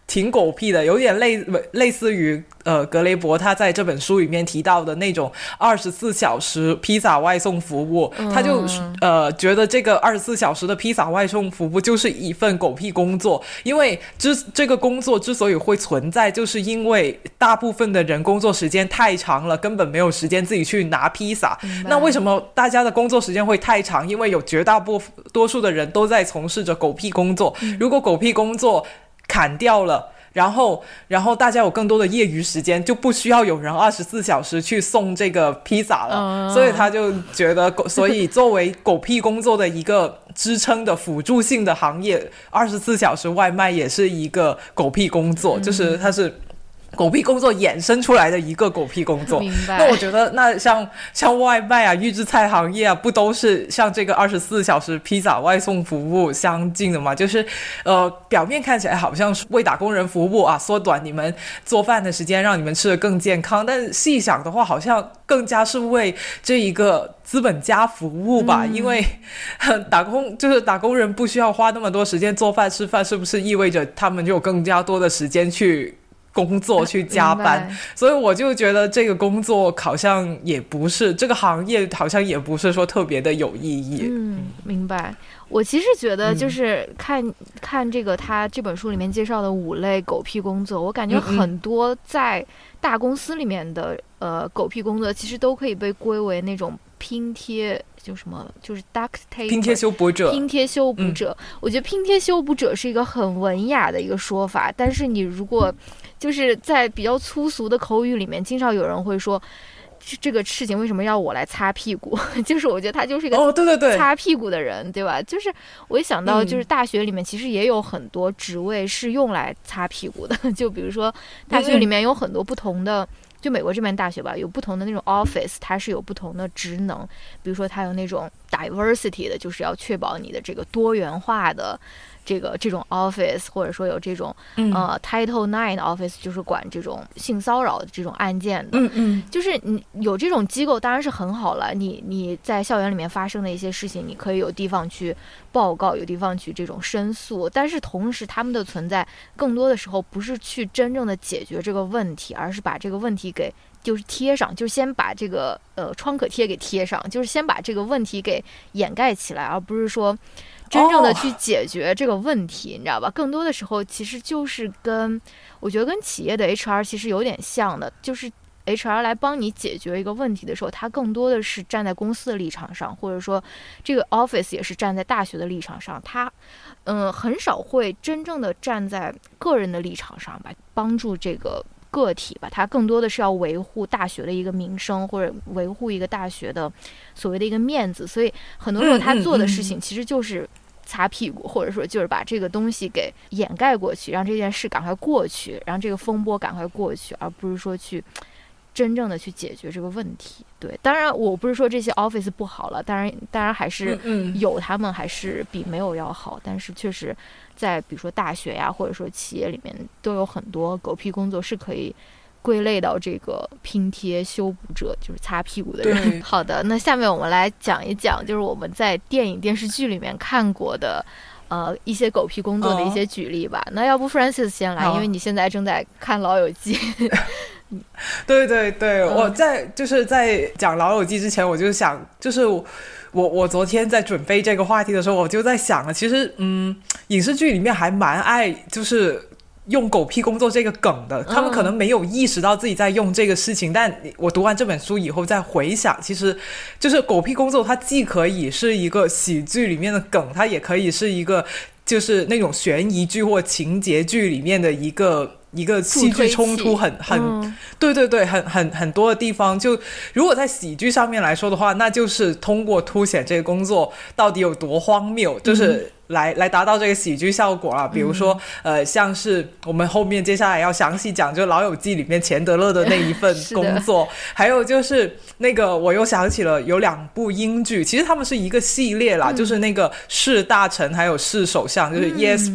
挺狗屁的，有点类似于格雷伯他在这本书里面提到的那种24小时披萨外送服务，他就觉得这个24小时的披萨外送服务就是一份狗屁工作，因为这个工作之所以会存在，就是因为大部分的人工作时间太长了，根本没有时间自己去拿披萨。那为什么大家的工作时间会太长？因为有绝大多数的人都在从事着狗屁工作，如果狗屁工作砍掉了，然后大家有更多的业余时间，就不需要有人24小时去送这个披萨了，所以他就觉得所以作为狗屁工作的一个支撑的辅助性的行业，24小时外卖也是一个狗屁工作，就是它是狗屁工作衍生出来的一个狗屁工作。 明白。 那我觉得那像外卖啊、预制菜行业啊，不都是像这个24小时披萨外送服务相近的吗？就是表面看起来好像是为打工人服务啊，缩短你们做饭的时间，让你们吃得更健康，但细想的话好像更加是为这一个资本家服务吧，因为打工人不需要花那么多时间做饭吃饭，是不是意味着他们就有更加多的时间去工作去加班？所以我就觉得这个工作好像也不是，这个行业好像也不是说特别的有意义。 明白。我其实觉得就是看这个他这本书里面介绍的5类狗屁工作，我感觉很多在大公司里面的狗屁工作其实都可以被归为那种拼贴，就是 duct tape 拼贴修补者。 我觉得拼贴修补者是一个很文雅的一个说法，但是你如果就是在比较粗俗的口语里面，经常有人会说这个事情为什么要我来擦屁股？就是我觉得他就是一个擦屁股的人，对吧？就是我一想到就是大学里面其实也有很多职位是用来擦屁股的，就比如说大学里面有很多不同的就美国这边大学吧，有不同的那种 office， 它是有不同的职能，比如说它有那种 diversity 的，就是要确保你的这个多元化的这种 office， 或者说有这种Title IX 的 office， 就是管这种性骚扰的这种案件的。就是你有这种机构当然是很好了，你在校园里面发生的一些事情，你可以有地方去报告，有地方去这种申诉，但是同时他们的存在更多的时候不是去真正的解决这个问题，而是把这个问题给就是贴上，就是先把这个创可贴给贴上，就是先把这个问题给掩盖起来，而不是说真正的去解决这个问题，你知道吧？更多的时候其实就是我觉得跟企业的 HR 其实有点像的，就是 HR 来帮你解决一个问题的时候，他更多的是站在公司的立场上，或者说这个 office 也是站在大学的立场上，他很少会真正的站在个人的立场上吧，帮助这个个体吧，他更多的是要维护大学的一个名声，或者维护一个大学的所谓的一个面子，所以很多时候他做的事情其实就是擦屁股，或者说就是把这个东西给掩盖过去，让这件事赶快过去，让这个风波赶快过去，而不是说去真正的去解决这个问题。对，当然我不是说这些 office 不好了，当然还是有他们还是比没有要好，但是确实在比如说大学呀，或者说企业里面都有很多狗屁工作是可以归类到这个拼贴修补者，就是擦屁股的人。好的，那下面我们来讲一讲就是我们在电影电视剧里面看过的一些狗屁工作的一些举例吧。那要不 Francis 先来，因为你现在正在看老友记。 对对对，我在讲老友记之前，我就想就是我昨天在准备这个话题的时候，我就在想了，其实影视剧里面还蛮爱就是用狗屁工作这个梗的，他们可能没有意识到自己在用这个事情，但我读完这本书以后再回想，其实就是狗屁工作它既可以是一个喜剧里面的梗，它也可以是一个就是那种悬疑剧或情节剧里面的一个戏剧冲突对对对，很多的地方。就如果在喜剧上面来说的话，那就是通过凸显这个工作到底有多荒谬，就是来达到这个喜剧效果啊。比如说像是我们后面接下来要详细讲就老友记里面钱德勒的那一份工作还有就是那个我又想起了有2部英剧，其实他们是一个系列啦，就是那个是大臣还有是首相，就是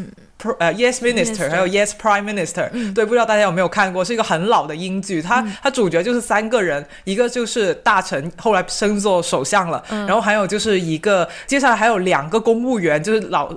Yes Minister 还有 Yes Prime Minister，对，不知道大家有没有看过，是一个很老的英剧，它主角就是3个人，一个就是大臣后来升做首相了，然后还有就是接下来还有2个公务员，就是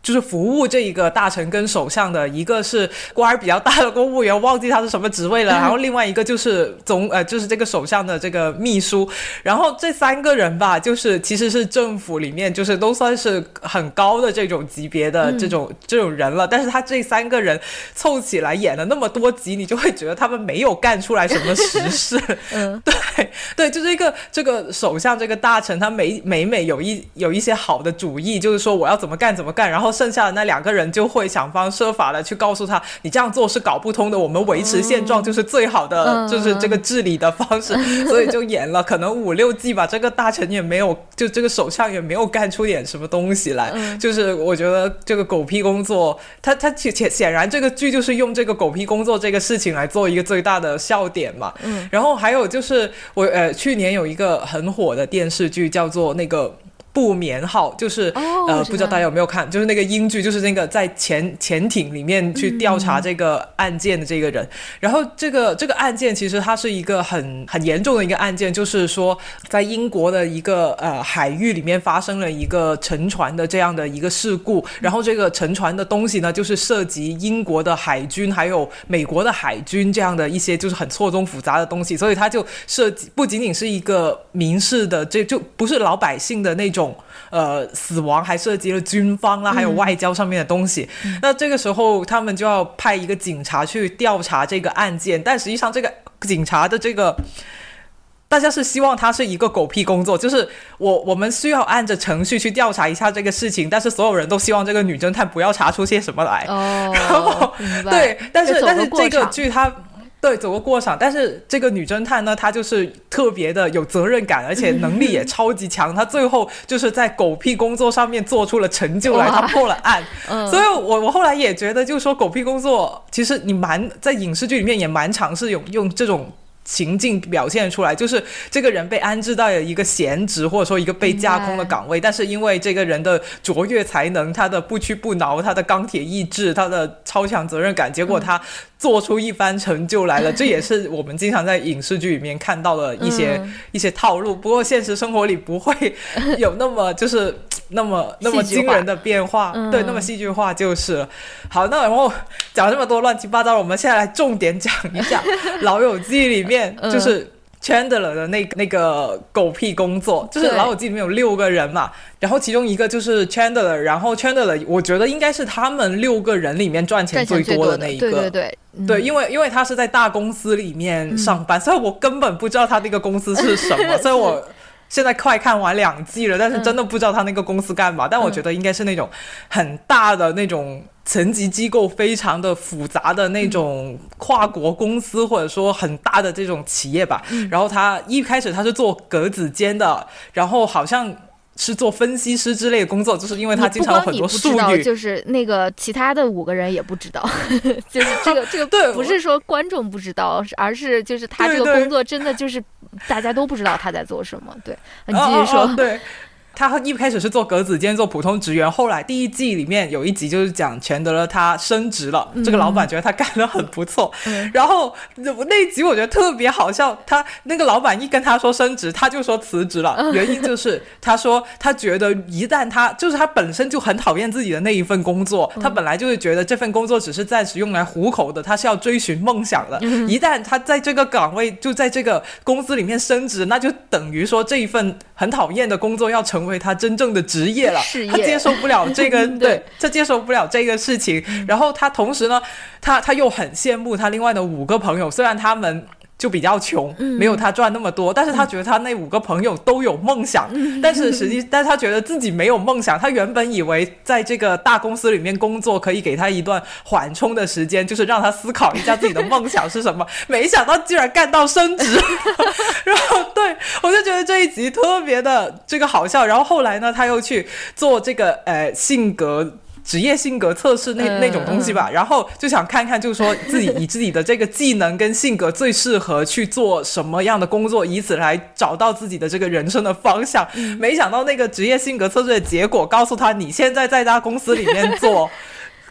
就是服务这一个大臣跟首相的，一个是官儿比较大的公务员，忘记他是什么职位了，然后另外一个就是就是这个首相的这个秘书，然后这3个人吧，就是其实是政府里面就是都算是很高的这种级别的这种人了，但是他这3个人凑起来演了那么多集，你就会觉得他们没有干出来什么实事。对，就是这个首相这个大臣，他每有一些好的主意，就是说我要怎么干，然后剩下的那2个人就会想方设法的去告诉他，你这样做是搞不通的，我们维持现状就是最好的，就是这个治理的方式。所以就演了可能5、6季吧，这个大臣也没有，就这个首相也没有干出点什么东西来。就是我觉得这个狗屁工作，他显然这个剧就是用这个狗屁工作这个事情来做一个最大的笑点嘛。然后还有就是我去年有一个很火的电视剧叫做那个不眠号，就是不知道大家有没有看，就是那个英剧，就是那个在潜艇里面去调查这个案件的这个人。然后这个案件其实它是一个很严重的一个案件，就是说在英国的一个海域里面发生了一个沉船的这样的一个事故，然后这个沉船的东西呢，就是涉及英国的海军还有美国的海军这样的一些就是很错综复杂的东西，所以它就涉及不仅仅是一个民事的，这就不是老百姓的那种死亡，还涉及了军方啦，还有外交上面的东西。那这个时候他们就要派一个警察去调查这个案件，但实际上这个警察的这个大家是希望他是一个狗屁工作，就是我们需要按着程序去调查一下这个事情，但是所有人都希望这个女侦探不要查出些什么来。然后对，但是这个剧它对走个过场，但是这个女侦探呢，她就是特别的有责任感，而且能力也超级强。她最后就是在狗屁工作上面做出了成就来，她破了案。所以我后来也觉得，就是说狗屁工作，其实你在影视剧里面也蛮尝试用这种情境表现出来，就是这个人被安置到了一个闲职或者说一个被架空的岗位，但是因为这个人的卓越才能，他的不屈不挠，他的钢铁意志，他的超强责任感，结果他做出一番成就来了。这也是我们经常在影视剧里面看到的一些套路，不过现实生活里不会有那么就是那么惊人的变化，对，那么戏剧化就是了。好，那然后讲这么多乱七八糟，我们现在来重点讲一下老友记里面就是Chandler 的那个狗屁工作，就是老友记里面有6个人嘛，然后其中一个就是 Chandler， 然后 Chandler 我觉得应该是他们6个人里面赚钱最多的那一个，对，因为他是在大公司里面上班，所以我根本不知道他那个公司是什么，所以我现在快看完2季了，但是真的不知道他那个公司干嘛，但我觉得应该是那种很大的那种层级机构，非常的复杂的那种跨国公司，或者说很大的这种企业吧。然后他一开始他是做格子间的，然后好像是做分析师之类的工作，就是因为他经常有很多术语， 就是那个其他的5个人也不知道就是这个不是说观众不知道，而是就是他这个工作真的就是大家都不知道他在做什么。对，你继续说。 对，他一开始是做格子间，做普通职员，后来第1季里面有一集就是讲钱德勒他升职了，这个老板觉得他干得很不错，然后那一集我觉得特别好笑，他那个老板一跟他说升职，他就说辞职了，原因就是他说他觉得一旦他本身就很讨厌自己的那一份工作，他本来就是觉得这份工作只是暂时用来糊口的，他是要追寻梦想的，一旦他在这个岗位就在这个公司里面升职，那就等于说这一份很讨厌的工作要成为他真正的职业了，他接受不了这个对，他接受不了这个事情。然后他同时呢，他又很羡慕他另外的5个朋友，虽然他们就比较穷，没有他赚那么多，但是他觉得他那5个朋友都有梦想，但是他觉得自己没有梦想。他原本以为在这个大公司里面工作可以给他一段缓冲的时间，就是让他思考一下自己的梦想是什么，没想到居然干到升职然后对，我就觉得这一集特别的这个好笑。然后后来呢，他又去做这个职业性格测试那种东西吧，然后就想看看，就是说以自己的这个技能跟性格最适合去做什么样的工作，以此来找到自己的这个人生的方向。没想到那个职业性格测试的结果告诉他，你现在在家公司里面做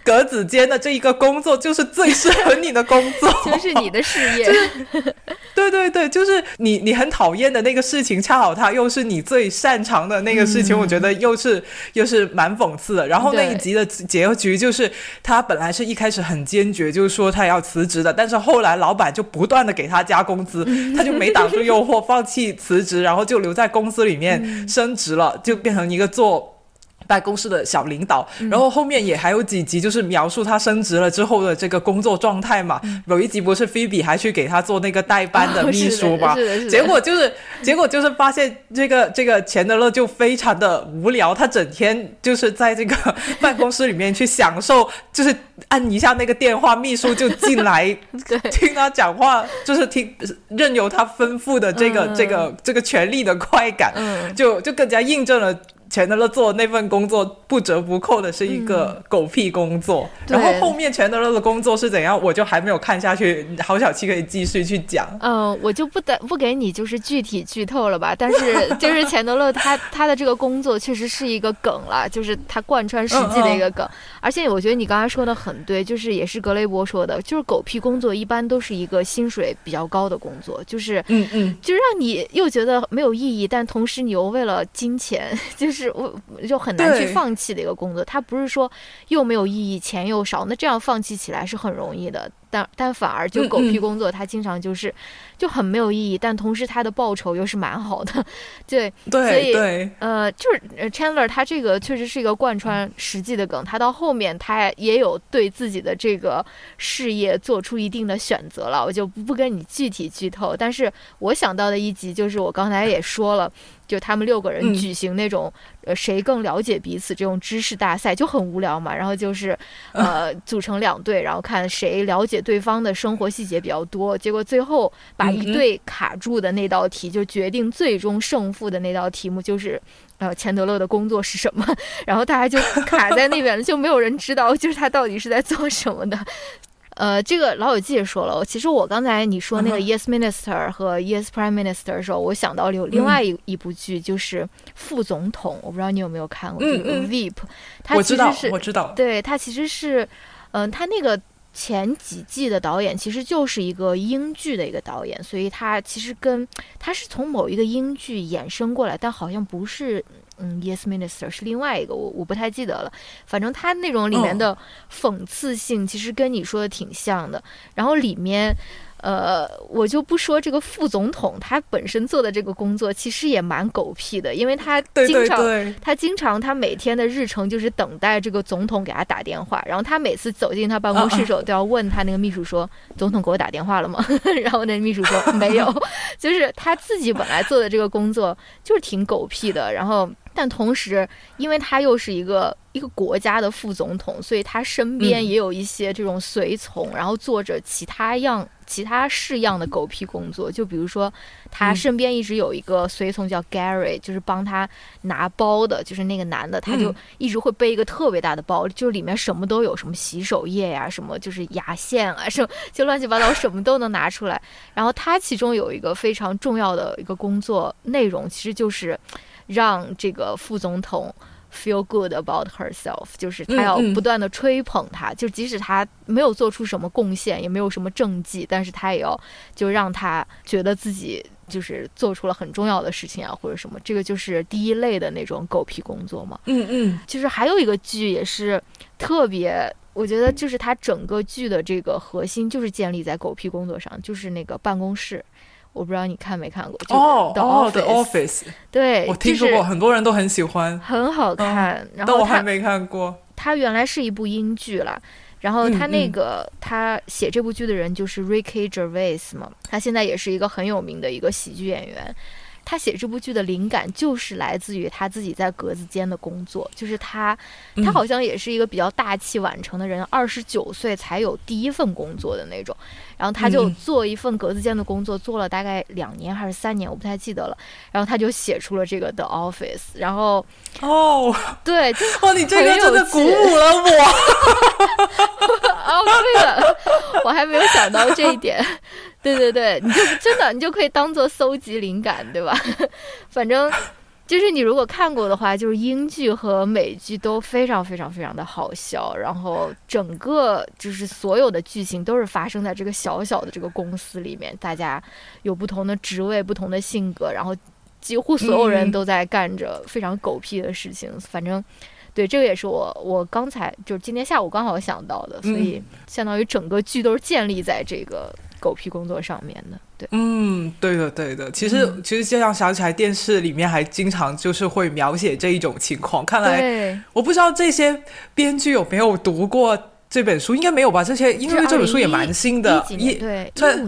格子间的这一个工作就是最适合你的工作， 就是你的事业。 对对对，就是你很讨厌的那个事情，恰好它又是你最擅长的那个事情，我觉得又是蛮讽刺的。然后那一集的结局就是他本来是一开始很坚决，就是说他要辞职的，但是后来老板就不断的给他加工资，他就没挡住诱惑放弃辞职，然后就留在公司里面升职了，就变成一个做办公室的小领导。然后后面也还有几集就是描述他升职了之后的这个工作状态嘛。有一集不是菲比还去给他做那个代班的秘书嘛，结果就是发现这个钱德勒就非常的无聊，他整天就是在这个办公室里面去享受，就是按一下那个电话，秘书就进来听他讲话，就是任由他吩咐的这个权力的快感，就更加印证了钱德勒做的那份工作不折不扣的是一个狗屁工作。然后后面钱德勒的工作是怎样，我就还没有看下去，郝小七可以继续去讲。 我就不给你就是具体剧透了吧，但是就是钱德勒他的这个工作确实是一个梗了，就是他贯穿史记的一个梗。而且我觉得你刚才说的很对，就是也是格雷伯说的，就是狗屁工作一般都是一个薪水比较高的工作，就是就让你又觉得没有意义，但同时你又为了金钱就是我就很难去放弃的一个工作。它不是说又没有意义钱又少，那这样放弃起来是很容易的，但反而就狗屁工作它经常就很没有意义，但同时它的报酬又是蛮好的。对，所以就是 Chandler 他这个确实是一个贯穿实际的梗，他到后面他也有对自己的这个事业做出一定的选择了，我就不跟你具体剧透。但是我想到的一集就是我刚才也说了，就他们6个人举行那种谁更了解彼此这种知识大赛，就很无聊嘛，然后就是组成2队，然后看谁了解对方的生活细节比较多，结果最后把一队卡住的那道题，就决定最终胜负的那道题目就是钱德勒的工作是什么，然后大家就卡在那边了，就没有人知道就是他到底是在做什么的。这个老友记也说了，其实我刚才你说那个 Yes Minister 和 Yes Prime Minister 的时候，我想到有另外一部剧，就是副总统，我不知道你有没有看过这个 Veep。他其实是我知道， 对，他其实是他那个前几季的导演其实就是一个英剧的一个导演，所以他其实他是从某一个英剧衍生过来，但好像不是Yes Minister， 是另外一个，我不太记得了。反正他那种里面的讽刺性其实跟你说的挺像的。然后里面我就不说这个副总统他本身做的这个工作其实也蛮狗屁的，因为他经常他每天的日程就是等待这个总统给他打电话，然后他每次走进他办公室的时候都要问他那个秘书说总统给我打电话了吗？然后那秘书说没有，就是他自己本来做的这个工作就是挺狗屁的。然后但同时因为他又是一个国家的副总统，所以他身边也有一些这种随从，然后做着其他式样的狗屁工作。就比如说他身边一直有一个随从叫 Gary， 就是帮他拿包的，就是那个男的，他就一直会背一个特别大的包，就里面什么都有，什么洗手液呀，什么就是牙线啊，什么就乱七八糟什么都能拿出来。然后他其中有一个非常重要的一个工作内容，其实就是让这个副总统feel good about herself， 就是他要不断的吹捧他，就即使他没有做出什么贡献，也没有什么政绩，但是他也要就让他觉得自己就是做出了很重要的事情啊，或者什么。这个就是第一类的那种狗屁工作嘛。就是还有一个剧也是特别，我觉得就是它整个剧的这个核心就是建立在狗屁工作上，就是那个办公室。我不知道你看没看过 The Office。 对， 我听说过，很多人都很喜欢， 很好看。然后但我还没看过。 它原来是一部英剧啦，然后他写这部剧的人就是 Ricky Gervais 嘛，他现在也是一个很有名的一个喜剧演员。他写这部剧的灵感就是来自于他自己在格子间的工作，就是他好像也是一个比较大器晚成的人，29岁才有第一份工作的那种。然后他就做一份格子间的工作，做了大概2年还是3年，我不太记得了。然后他就写出了这个 The Office。然后对， 你这个真的鼓舞了我。 对了，我还没有想到这一点。对，你就可以当做搜集灵感，对吧？反正就是你如果看过的话，就是英剧和美剧都非常非常非常的好笑，然后整个就是所有的剧情都是发生在这个小小的这个公司里面，大家有不同的职位、不同的性格，然后几乎所有人都在干着非常狗屁的事情。反正对，这个也是我刚才就是今天下午刚好想到的，所以相当于整个剧都是建立在这个狗屁工作上面的。对， 对的对的。其实这样想起来，电视里面还经常就是会描写这一种情况。看来我不知道这些编剧有没有读过这本书，应该没有吧？因为这本书也蛮新的， 对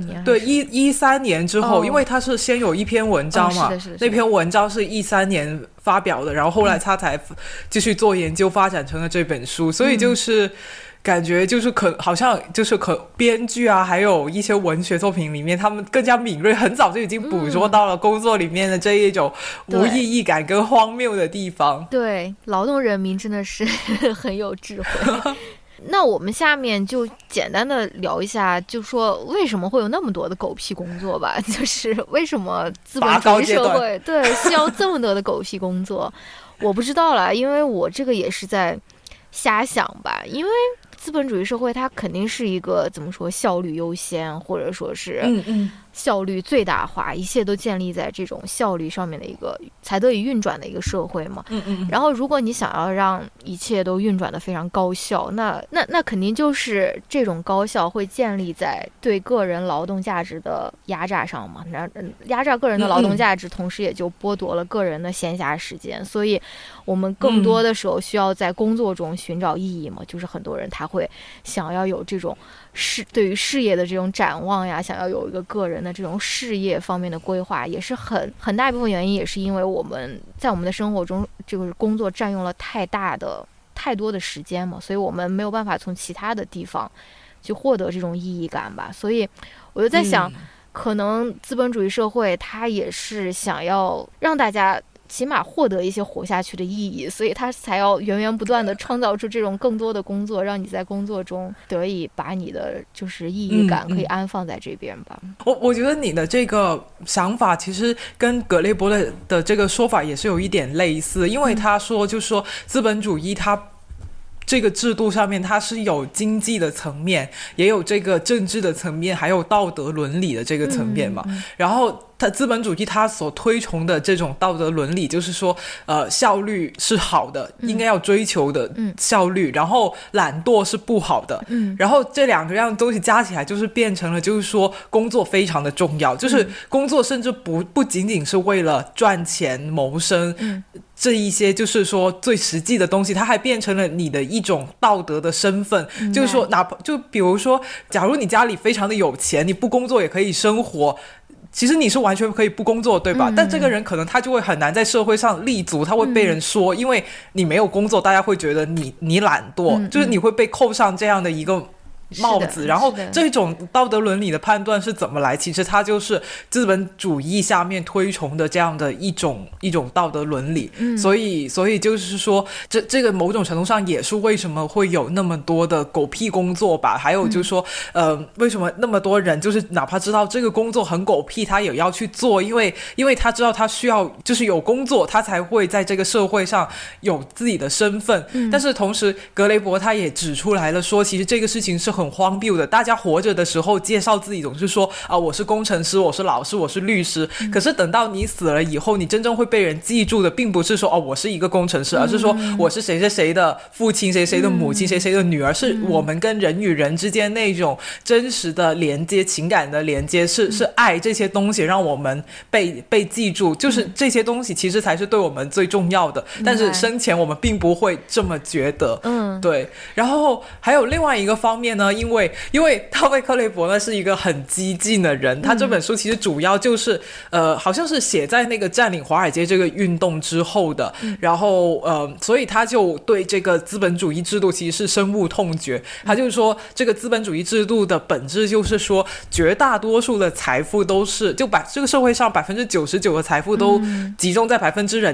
13年之后，因为他是先有一篇文章嘛，那篇文章是13年发表的，然后后来他才继续做研究，发展成了这本书，所以就是感觉就是好像就是编剧啊，还有一些文学作品里面，他们更加敏锐，很早就已经捕捉到了工作里面的这一种无意义感跟荒谬的地方。 对，劳动人民真的是很有智慧。那我们下面就简单的聊一下，就说为什么会有那么多的狗屁工作吧，就是为什么资本主义社会对需要这么多的狗屁工作。我不知道了，因为我这个也是在瞎想吧，因为资本主义社会它肯定是一个怎么说效率优先，或者说是效率最大化，一切都建立在这种效率上面的一个才得以运转的一个社会嘛。然后如果你想要让一切都运转得非常高效，那肯定就是这种高效会建立在对个人劳动价值的压榨上嘛。压榨个人的劳动价值，同时也就剥夺了个人的闲暇时间，所以我们更多的时候需要在工作中寻找意义嘛。就是很多人他会想要有这种对于事业的这种展望呀，想要有一个个人的这种事业方面的规划，也是很大一部分原因，也是因为我们在我们的生活中这个工作占用了太多的时间嘛，所以我们没有办法从其他的地方去获得这种意义感吧。所以我就在想，可能资本主义社会它也是想要让大家起码获得一些活下去的意义，所以他才要源源不断的创造出这种更多的工作，让你在工作中得以把你的就是意义感可以安放在这边吧。 我觉得你的这个想法其实跟格雷伯的这个说法也是有一点类似，因为他说就是说资本主义它这个制度上面它是有经济的层面，也有这个政治的层面，还有道德伦理的这个层面嘛。然后它资本主义它所推崇的这种道德伦理，就是说效率是好的，应该要追求的效率，然后懒惰是不好的。然后这两个样东西加起来，就是变成了就是说工作非常的重要，就是工作甚至不仅仅是为了赚钱谋生，这一些就是说最实际的东西，它还变成了你的一种道德的身份。就是说哪怕就比如说假如你家里非常的有钱，你不工作也可以生活，其实你是完全可以不工作，对吧？但这个人可能他就会很难在社会上立足，他会被人说，因为你没有工作，大家会觉得你懒惰，就是你会被扣上这样的一个帽子。然后这种道德伦理的判断是怎么来？其实它就是资本主义下面推崇的这样的一种道德伦理。所以就是说这个某种程度上也是为什么会有那么多的狗屁工作吧。还有就是说为什么那么多人就是哪怕知道这个工作很狗屁，他也要去做，因为他知道他需要就是有工作，他才会在这个社会上有自己的身份。但是同时格雷伯他也指出来了说，其实这个事情是很荒谬的。大家活着的时候介绍自己总是说我是工程师，我是老师，我是律师，可是等到你死了以后，你真正会被人记住的并不是说我是一个工程师，而是说我是谁谁谁的父亲，谁谁的母亲，谁谁的女儿，是我们跟人与人之间那种真实的连接，情感的连接，是爱，这些东西让我们被记住，就是这些东西其实才是对我们最重要的。但是生前我们并不会这么觉得。对。然后还有另外一个方面呢，因为大卫克雷伯呢是一个很激进的人，他这本书其实主要就是好像是写在那个占领华尔街这个运动之后的。然后所以他就对这个资本主义制度其实是深恶痛绝。他就是说这个资本主义制度的本质就是说绝大多数的财富都是这个社会上99%的财富都集中在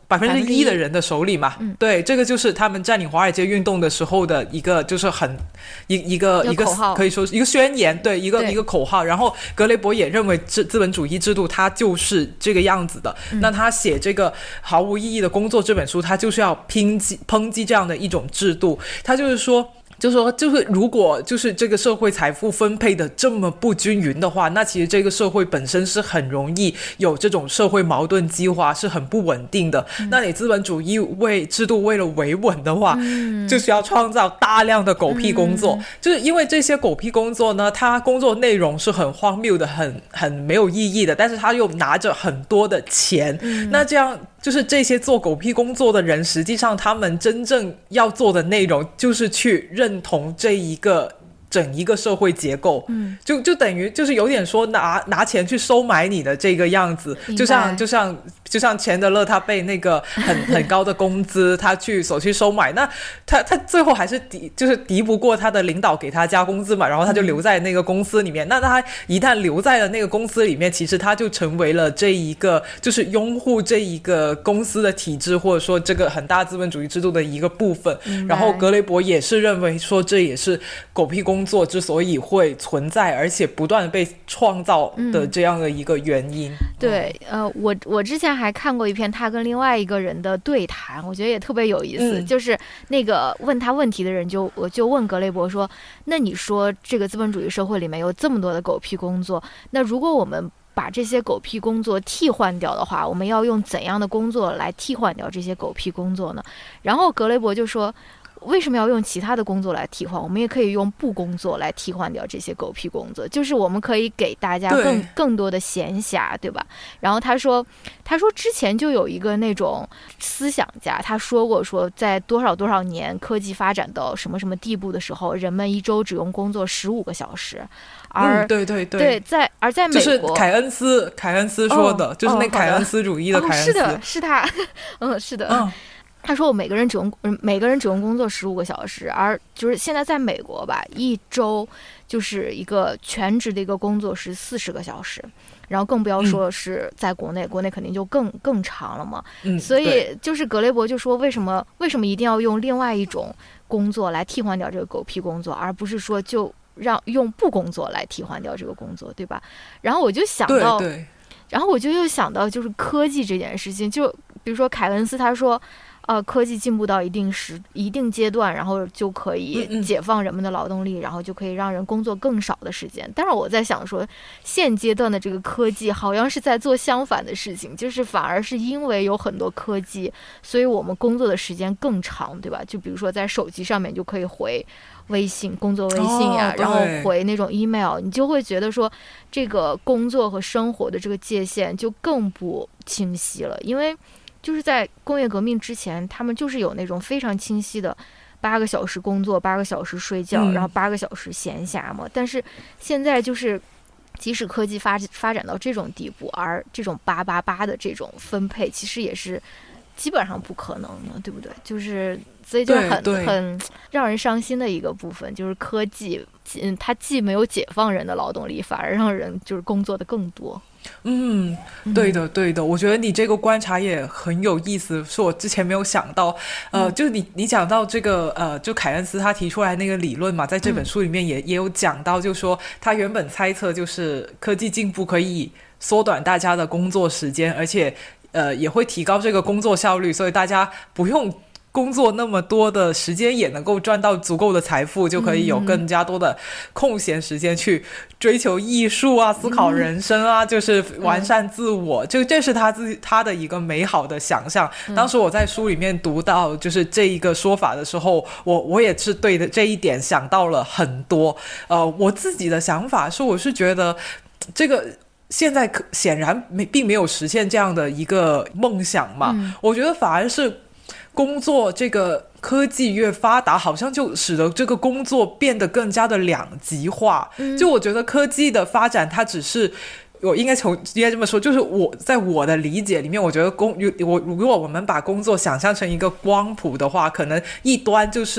1%的人的手里嘛。对，这个就是他们占领华尔街运动的时候的一个，就是一个口号， 可以说是一个宣言，对，一个口号。然后格雷伯也认为资本主义制度它就是这个样子的。那他写这个毫无意义的工作这本书，他就是要抨击这样的一种制度。他就是说如果就是这个社会财富分配的这么不均匀的话，那其实这个社会本身是很容易有这种社会矛盾激化，是很不稳定的。那你资本主义制度为了维稳的话，就是要创造大量的狗屁工作。就是因为这些狗屁工作呢，它工作内容是很荒谬的，很没有意义的，但是他又拿着很多的钱。那这样就是这些做狗屁工作的人，实际上他们真正要做的内容就是去认同这一个整一个社会结构。就等于就是有点说拿钱去收买你的这个样子。就像钱德勒他被那个很高的工资他去收买，那他最后还是敌不过他的领导给他加工资嘛，然后他就留在那个公司里面。那他一旦留在了那个公司里面，其实他就成为了这一个就是拥护这一个公司的体制，或者说这个很大资本主义制度的一个部分。然后格雷伯也是认为说这也是狗屁工作之所以会存在而且不断被创造的这样的一个原因。 对，我之前还看过一篇他跟另外一个人的对谈，我觉得也特别有意思。就是那个问他问题的人我就问格雷伯说，那你说这个资本主义社会里面有这么多的狗屁工作，那如果我们把这些狗屁工作替换掉的话，我们要用怎样的工作来替换掉这些狗屁工作呢？然后格雷伯就说，为什么要用其他的工作来替换？我们也可以用不工作来替换掉这些狗屁工作，就是我们可以给大家更多的闲暇，对吧？然后他说之前就有一个那种思想家，他说过说在多少年科技发展到什么什么地步的时候，人们一周只用工作15个小时。 对， 在美国， 就是凯恩斯说的，就是那凯恩斯主义的凯恩斯。 是的，是他。是的。他说我每个人只用工作15个小时，而就是现在在美国吧，一周就是一个全职的一个工作是40个小时，然后更不要说是在国内肯定就更长了嘛。所以就是格雷伯就说为什么一定要用另外一种工作来替换掉这个狗屁工作，而不是说就用不工作来替换掉这个工作，对吧？然后我就想到，然后我就又想到就是科技这件事情，就比如说凯恩斯他说。科技进步到一定阶段，然后就可以解放人们的劳动力，然后就可以让人工作更少的时间。但是我在想说，现阶段的这个科技好像是在做相反的事情，就是反而是因为有很多科技，所以我们工作的时间更长，对吧？就比如说在手机上面就可以回微信，工作微信呀，然后回那种 email， 你就会觉得说这个工作和生活的这个界限就更不清晰了，因为就是在工业革命之前，他们就是有那种非常清晰的8个小时工作，8个小时睡觉，然后8个小时闲暇嘛。但是现在就是即使科技发展到这种地步，而这种888的这种分配其实也是基本上不可能的，对不对？就是所以就很让人伤心的一个部分，就是科技它既没有解放人的劳动力，反而让人就是工作的更多。 对的，我觉得你这个观察也很有意思，是我之前没有想到。就是你讲到这个就凯恩斯他提出来那个理论嘛，在这本书里面也有讲到，就说他原本猜测就是科技进步可以缩短大家的工作时间，而且也会提高这个工作效率，所以大家不用工作那么多的时间也能够赚到足够的财富，就可以有更加多的空闲时间去追求艺术啊，思考人生啊，就是完善自我，这是他的一个美好的想象。当时我在书里面读到就是这一个说法的时候，我也是对的这一点想到了很多。我自己的想法是，我是觉得这个现在显然并没有实现这样的一个梦想嘛。我觉得反而是工作这个科技越发达，好像就使得这个工作变得更加的两极化。就我觉得科技的发展它只是，我应该这么说，就是在我的理解里面，我觉得如果我们把工作想象成一个光谱的话，可能一端就是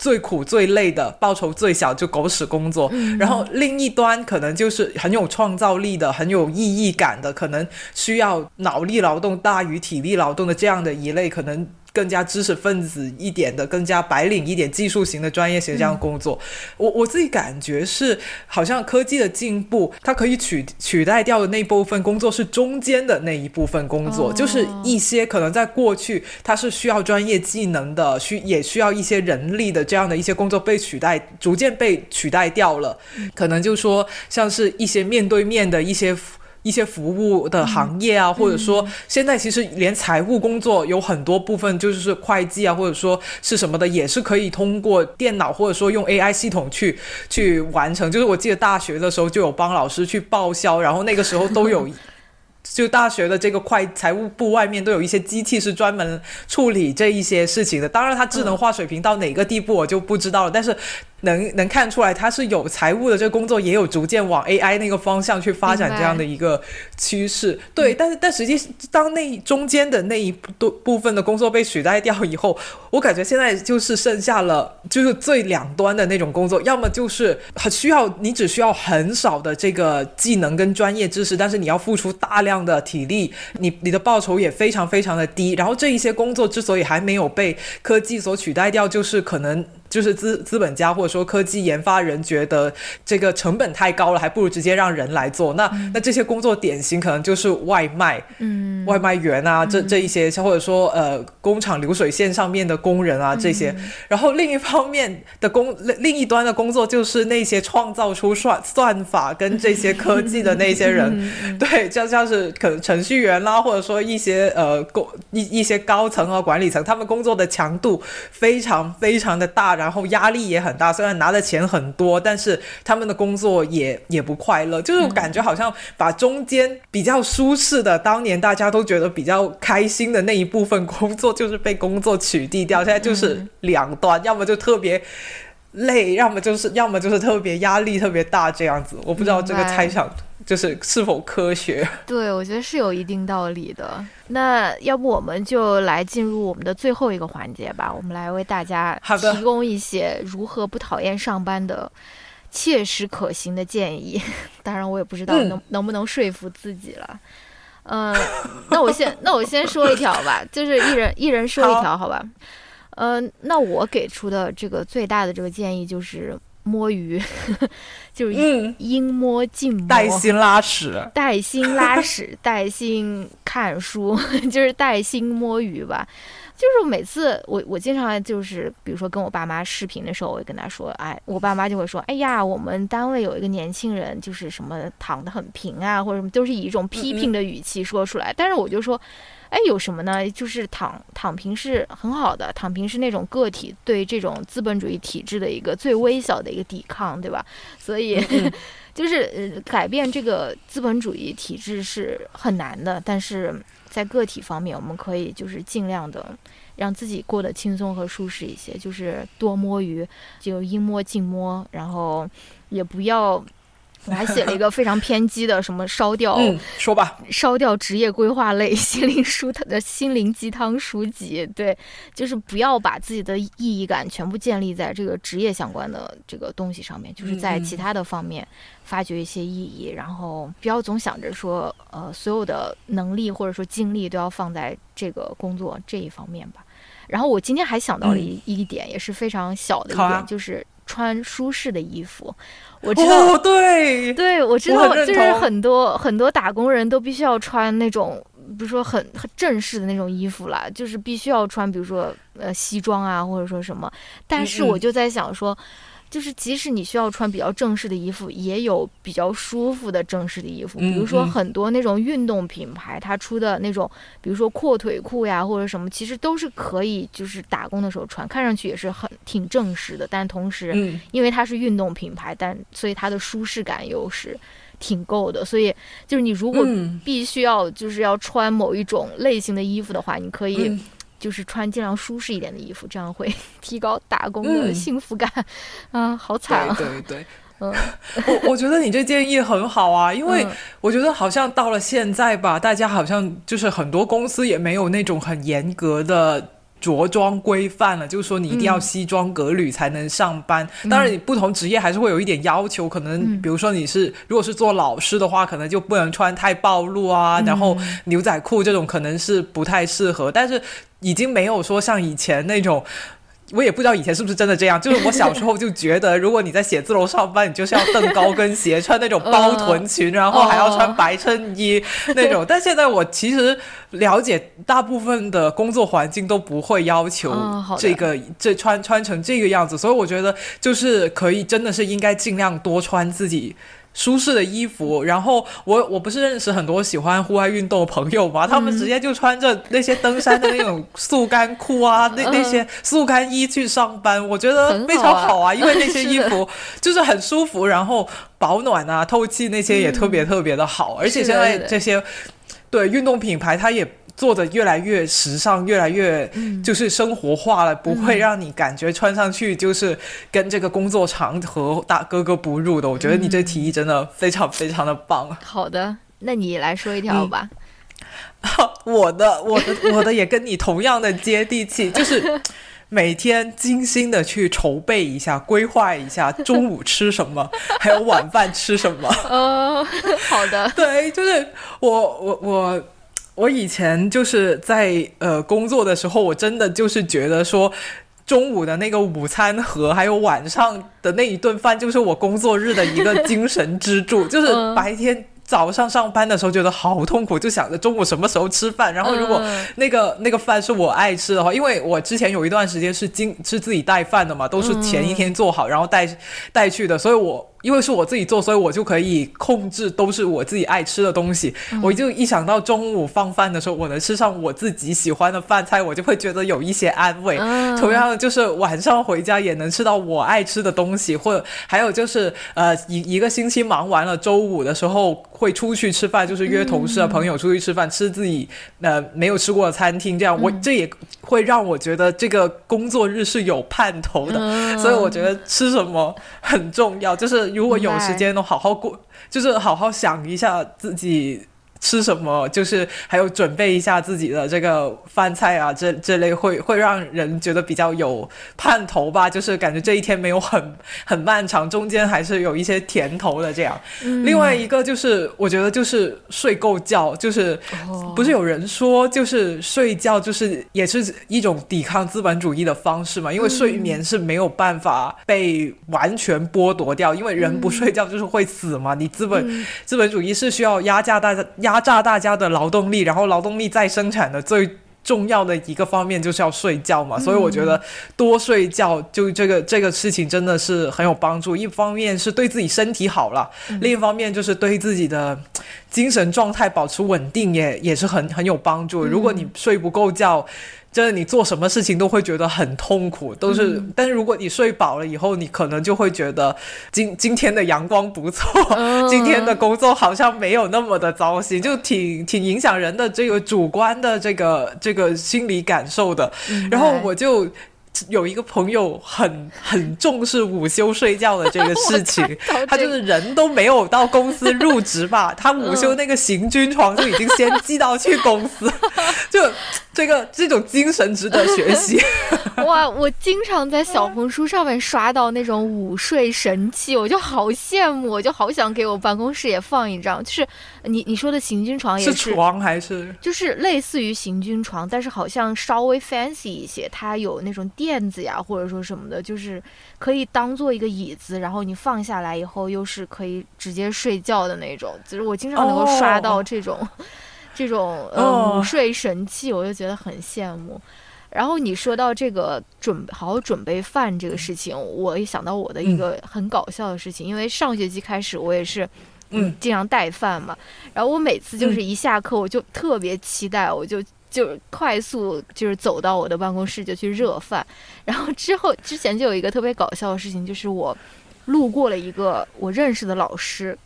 最苦最累的，报酬最小，就狗屎工作。然后另一端可能就是很有创造力的，很有意义感的，可能需要脑力劳动大于体力劳动的这样的一类，可能更加知识分子一点的，更加白领一点，技术型的专业型这样工作。我自己感觉是好像科技的进步，它可以取代掉的那部分工作是中间的那一部分工作，就是一些可能在过去它是需要专业技能的，也需要一些人力的这样的一些工作逐渐被取代掉了。可能就说像是一些面对面的一些服务的行业啊，或者说现在其实连财务工作有很多部分就是会计啊，或者说是什么的，也是可以通过电脑或者说用 AI 系统去完成。就是我记得大学的时候就有帮老师去报销，然后那个时候都有就大学的这个财务部外面都有一些机器是专门处理这一些事情的。当然它智能化水平到哪个地步我就不知道了，但是能看出来它是有财务的这个工作也有逐渐往 AI 那个方向去发展这样的一个趋势。对，但实际当那中间的那一部分的工作被取代掉以后，我感觉现在就是剩下了就是最两端的那种工作，要么就是你只需要很少的这个技能跟专业知识，但是你要付出大量的体力，你的报酬也非常非常的低。然后这一些工作之所以还没有被科技所取代掉，就是可能就是资本家或者说科技研发人觉得这个成本太高了，还不如直接让人来做。那这些工作典型可能就是外卖员啊，这一些，或者说工厂流水线上面的工人啊这些。然后另一方面的另一端的工作就是那些创造出算法跟这些科技的那些人对，像是可能程序员啦，或者说一些一些高层啊管理层，他们工作的强度非常非常的大，然后压力也很大，虽然拿的钱很多，但是他们的工作也不快乐。就是感觉好像把中间比较舒适的，当年大家都觉得比较开心的那一部分工作，就是被工作取缔掉。现在就是两端，要么就特别累，要么就是特别压力特别大这样子。我不知道这个猜想是否科学。 对，我觉得是有一定道理的。那要不我们就来进入我们的最后一个环节吧，我们来为大家提供一些如何不讨厌上班的切实可行的建议。当然我也不知道能不能说服自己了。那我先说一条吧，就是一人说一条好吧。那我给出的这个最大的这个建议就是摸鱼，就是阴摸静摸， 带薪拉屎， 带薪看书，就是带薪摸鱼吧。就是每次我经常就是比如说跟我爸妈视频的时候，我会跟他说，我爸妈就会说，哎呀，我们单位有一个年轻人就是什么躺得很平啊，或者什么，都是以一种批评的语气说出来。但是我就说，有什么呢？就是躺平是很好的，躺平是那种个体对这种资本主义体制的一个最微小的一个抵抗，对吧？所以就是改变这个资本主义体制是很难的，但是在个体方面，我们可以就是尽量的让自己过得轻松和舒适一些，就是多摸鱼，就阴摸静摸，然后也不要。我还写了一个非常偏激的什么烧掉说吧， 烧掉职业规划类心灵鸡汤书籍。对，就是不要把自己的意义感全部建立在这个职业相关的这个东西上面，就是在其他的方面发掘一些意义，然后不要总想着说所有的能力或者说精力都要放在这个工作这一方面吧。然后我今天还想到了一点，也是非常小的一点，就是穿舒适的衣服。我知道，对，我知道，就是很多打工人都必须要穿那种，比如说很正式的那种衣服啦，就是必须要穿，比如说西装啊，或者说什么。但是我就在想说，就是即使你需要穿比较正式的衣服，也有比较舒服的正式的衣服。比如说很多那种运动品牌，它出的那种，比如说阔腿裤呀或者什么，其实都是可以就是打工的时候穿，看上去也是挺正式的，但同时因为它是运动品牌，所以它的舒适感又是挺够的。所以就是你如果必须要就是要穿某一种类型的衣服的话，你可以就是穿尽量舒适一点的衣服，这样会提高打工的幸福感。好惨啊！ 对，我觉得你这建议很好啊，因为我觉得好像到了现在吧，大家好像就是很多公司也没有那种很严格的着装规范了，就是说你一定要西装革履才能上班。当然你不同职业还是会有一点要求，可能比如说如果是做老师的话，可能就不能穿太暴露啊，然后牛仔裤这种可能是不太适合，但是已经没有说像以前那种，我也不知道以前是不是真的这样，就是我小时候就觉得如果你在写字楼上班，你就是要蹬高跟鞋穿那种包臀裙然后还要穿白衬衣那种，但现在我其实了解大部分的工作环境都不会要求这穿成这个样子，所以我觉得就是可以真的是应该尽量多穿自己舒适的衣服。然后我不是认识很多喜欢户外运动的朋友嘛，他们直接就穿着那些登山的那种速干裤啊那些速干衣去上班，我觉得非常好啊，因为那些衣服就是很舒服，然后保暖啊透气那些也特别特别的好，而且现在这些对运动品牌它也做的越来越时尚，越来越就是生活化了，不会让你感觉穿上去就是跟这个工作场合格格不入的。我觉得你这提议真的非常非常的棒。 好的，那你来说一条吧。 我的也跟你同样的接地气，就是每天精心的去筹备一下，规划一下中午吃什么还有晚饭吃什么。 好的。 对，就是我以前就是在工作的时候，我真的就是觉得说中午的那个午餐盒还有晚上的那一顿饭就是我工作日的一个精神支柱。就是白天早上上班的时候觉得好痛苦，就想着中午什么时候吃饭，然后如果那个饭是我爱吃的话，因为我之前有一段时间是自己带饭的嘛，都是前一天做好然后带去的，所以因为是我自己做，所以我就可以控制都是我自己爱吃的东西。我就一想到中午放饭的时候我能吃上我自己喜欢的饭菜，我就会觉得有一些安慰。同样的就是晚上回家也能吃到我爱吃的东西，或者还有就是一个星期忙完了，周五的时候会出去吃饭，就是约同事啊朋友出去吃饭，吃自己没有吃过的餐厅，这样这也会让我觉得这个工作日是有盼头的。所以我觉得吃什么很重要，就是如果有时间都好好过，就是好好想一下自己吃什么，就是还有准备一下自己的这个饭菜啊，这类会让人觉得比较有盼头吧，就是感觉这一天没有很漫长，中间还是有一些甜头的这样。另外一个就是我觉得就是睡够觉，就是不是有人说就是睡觉就是也是一种抵抗资本主义的方式嘛，因为睡眠是没有办法被完全剥夺掉，因为人不睡觉就是会死嘛，你资本主义是需要压榨大家的劳动力，然后劳动力再生产的最重要的一个方面就是要睡觉嘛，所以我觉得多睡觉就这个事情真的是很有帮助。一方面是对自己身体好了，另一方面就是对自己的精神状态保持稳定也是很有帮助。如果你睡不够觉，真的你做什么事情都会觉得很痛苦，但是如果你睡饱了以后，你可能就会觉得今天的阳光不错，今天的工作好像没有那么的糟心，就挺影响人的这个主观的这个心理感受的。然后我就有一个朋友很重视午休睡觉的这个事情他就是人都没有到公司入职吧他午休那个行军床就已经先寄到去公司就这种精神值得学习哇，我经常在小红书上面刷到那种午睡神器，我就好羡慕，我就好想给我办公室也放一张。就是你说的行军床也是床还是就是类似于行军床，但是好像稍微 fancy 一些，它有那种垫子呀或者说什么的，就是可以当做一个椅子，然后你放下来以后又是可以直接睡觉的那种。就是我经常能够刷到这种午睡神器，我就觉得很羡慕。然后你说到这个好好准备饭这个事情，我也想到我的一个很搞笑的事情，因为上学期开始我也是经常带饭嘛，然后我每次就是一下课我就特别期待，我就快速就是走到我的办公室就去热饭。然后之前就有一个特别搞笑的事情，就是我路过了一个我认识的老师，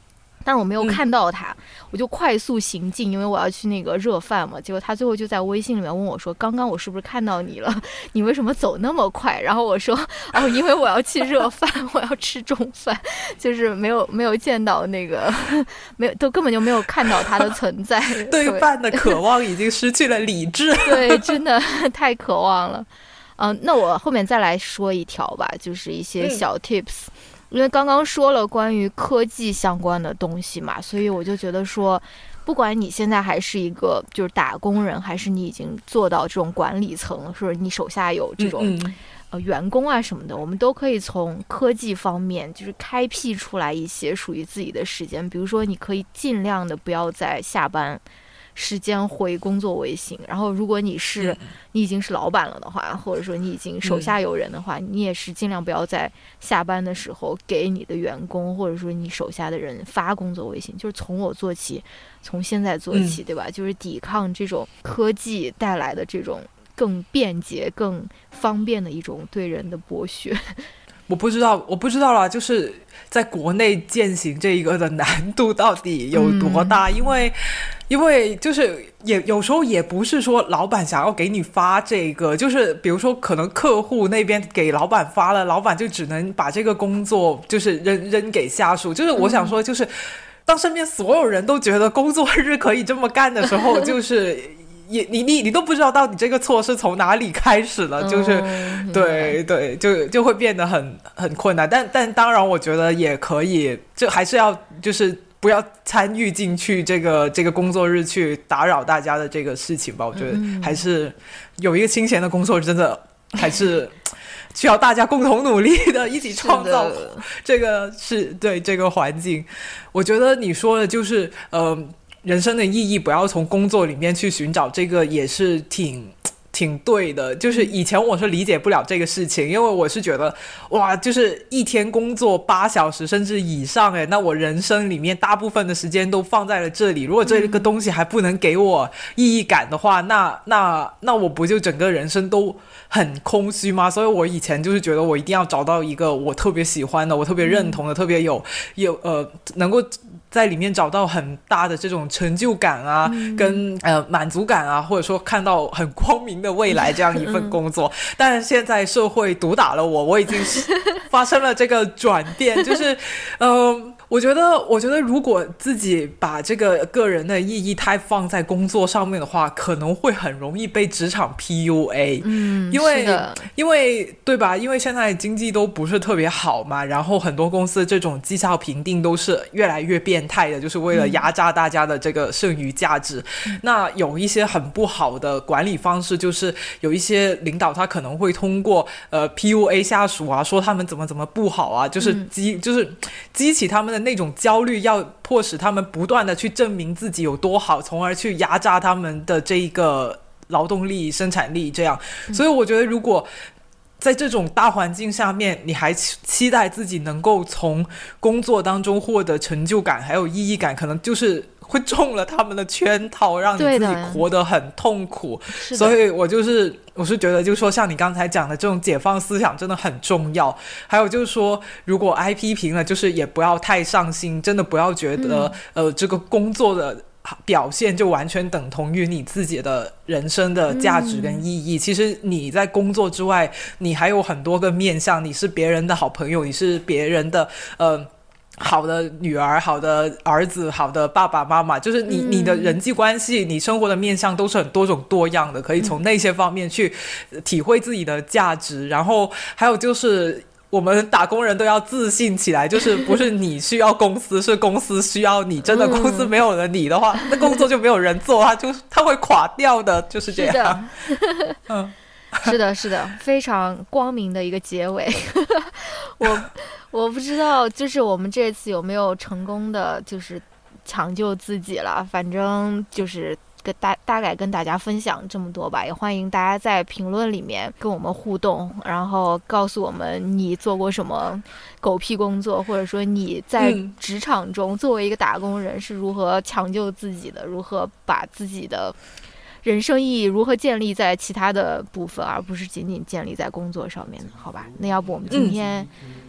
但是我没有看到他，我就快速行进，因为我要去那个热饭嘛。结果他最后就在微信里面问我说：“刚刚我是不是看到你了？你为什么走那么快？”然后我说：“哦，因为我要去热饭，我要吃中饭，就是没有见到那个，根本就没有看到他的存在。 对饭的渴望已经失去了理智。 对，真的太渴望了。那我后面再来说一条吧，就是一些小 tips。因为刚刚说了关于科技相关的东西嘛，所以我就觉得说，不管你现在还是一个就是打工人，还是你已经做到这种管理层，是你手下有这种员工啊什么的，我们都可以从科技方面就是开辟出来一些属于自己的时间。比如说，你可以尽量的不要在下班时间回工作微信，然后如果你已经是老板了的话，或者说你已经手下有人的话，你也是尽量不要在下班的时候给你的员工或者说你手下的人发工作微信，就是从我做起，从现在做起，对吧？就是抵抗这种科技带来的这种更便捷更方便的一种对人的剥削。 我不知道啦，就是在国内践行这一个的难度到底有多大，因为就是也有时候也不是说老板想要给你发这个，就是比如说可能客户那边给老板发了，老板就只能把这个工作就是扔给下属。就是我想说，就是当身边所有人都觉得工作日可以这么干的时候，就是你都不知道到底这个错是从哪里开始了，就是对，就会变得很困难。但当然，我觉得也可以，就还是要就是不要参与进去这个工作日去打扰大家的这个事情吧。我觉得还是有一个清闲的工作日，真的还是需要大家共同努力的，一起创造这个对这个环境。我觉得你说的就是人生的意义不要从工作里面去寻找，这个也是挺对的。就是以前我是理解不了这个事情，因为我是觉得哇，就是一天工作8小时甚至以上，那我人生里面大部分的时间都放在了这里，如果这个东西还不能给我意义感的话，那我不就整个人生都很空虚吗？所以我以前就是觉得我一定要找到一个我特别喜欢的，我特别认同的，特别有能够在里面找到很大的这种成就感啊，跟满足感啊，或者说看到很光明的未来这样一份工作。但是现在社会毒打了我已经发生了这个转变，就是我觉得如果自己把这个个人的意义太放在工作上面的话，可能会很容易被职场 PUA。因为对吧？因为现在经济都不是特别好嘛，然后很多公司这种绩效评定都是越来越变态的，就是为了压榨大家的这个剩余价值。那有一些很不好的管理方式，就是有一些领导他可能会通过PUA 下属啊，说他们怎么不好啊，就是激起他们的那种焦虑，要迫使他们不断的去证明自己有多好，从而去压榨他们的这一个劳动力生产力这样。所以我觉得如果在这种大环境下面，你还期待自己能够从工作当中获得成就感还有意义感，可能就是会中了他们的圈套，让你自己活得很痛苦。所以我是觉得就是说像你刚才讲的这种解放思想真的很重要。还有就是说如果挨批评了，就是也不要太上心，真的不要觉得这个工作的表现就完全等同于你自己的人生的价值跟意义。其实你在工作之外，你还有很多个面向，你是别人的好朋友，你是别人的好的女儿，好的儿子，好的爸爸妈妈，就是你的人际关系，你生活的面向都是很多种多样的，可以从那些方面去体会自己的价值。然后还有就是我们打工人都要自信起来，就是不是你需要公司，是公司需要你。真的公司没有了你的话，那工作就没有人做，它会垮掉的，就是这样。 是的，非常光明的一个结尾。我不知道就是我们这次有没有成功的就是抢救自己了，反正就是大概跟大家分享这么多吧，也欢迎大家在评论里面跟我们互动，然后告诉我们你做过什么狗屁工作，或者说你在职场中作为一个打工人是如何抢救自己的，如何把自己的人生意义如何建立在其他的部分，而不是仅仅建立在工作上面的，好吧？那要不我们今天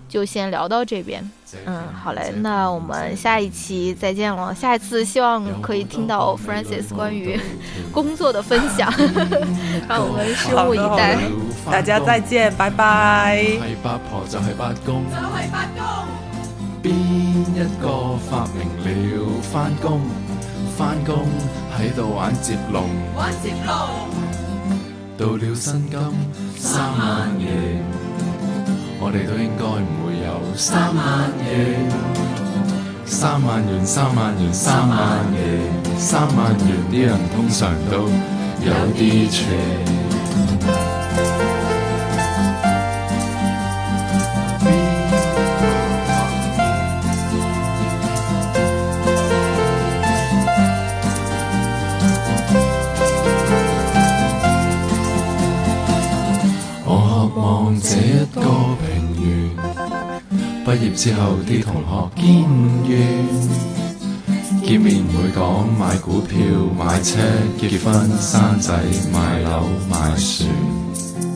就先聊到这边。好嘞，那我们下一期再见了。下一次希望可以听到 Francis 关于工作的分享，让我们拭目以待。 大家再見，拜拜。 係八婆就係八公，邊一個發明了返工？返工喺度玩接龍，到了薪金3萬元，我哋都應該唔會有3萬元。3萬元，3萬元，3萬元，3萬元啲人通常都有啲串。這一個平原，畢業之後啲同學見唔完，見面唔會講買股票、買車、結婚、生仔、買樓、買船。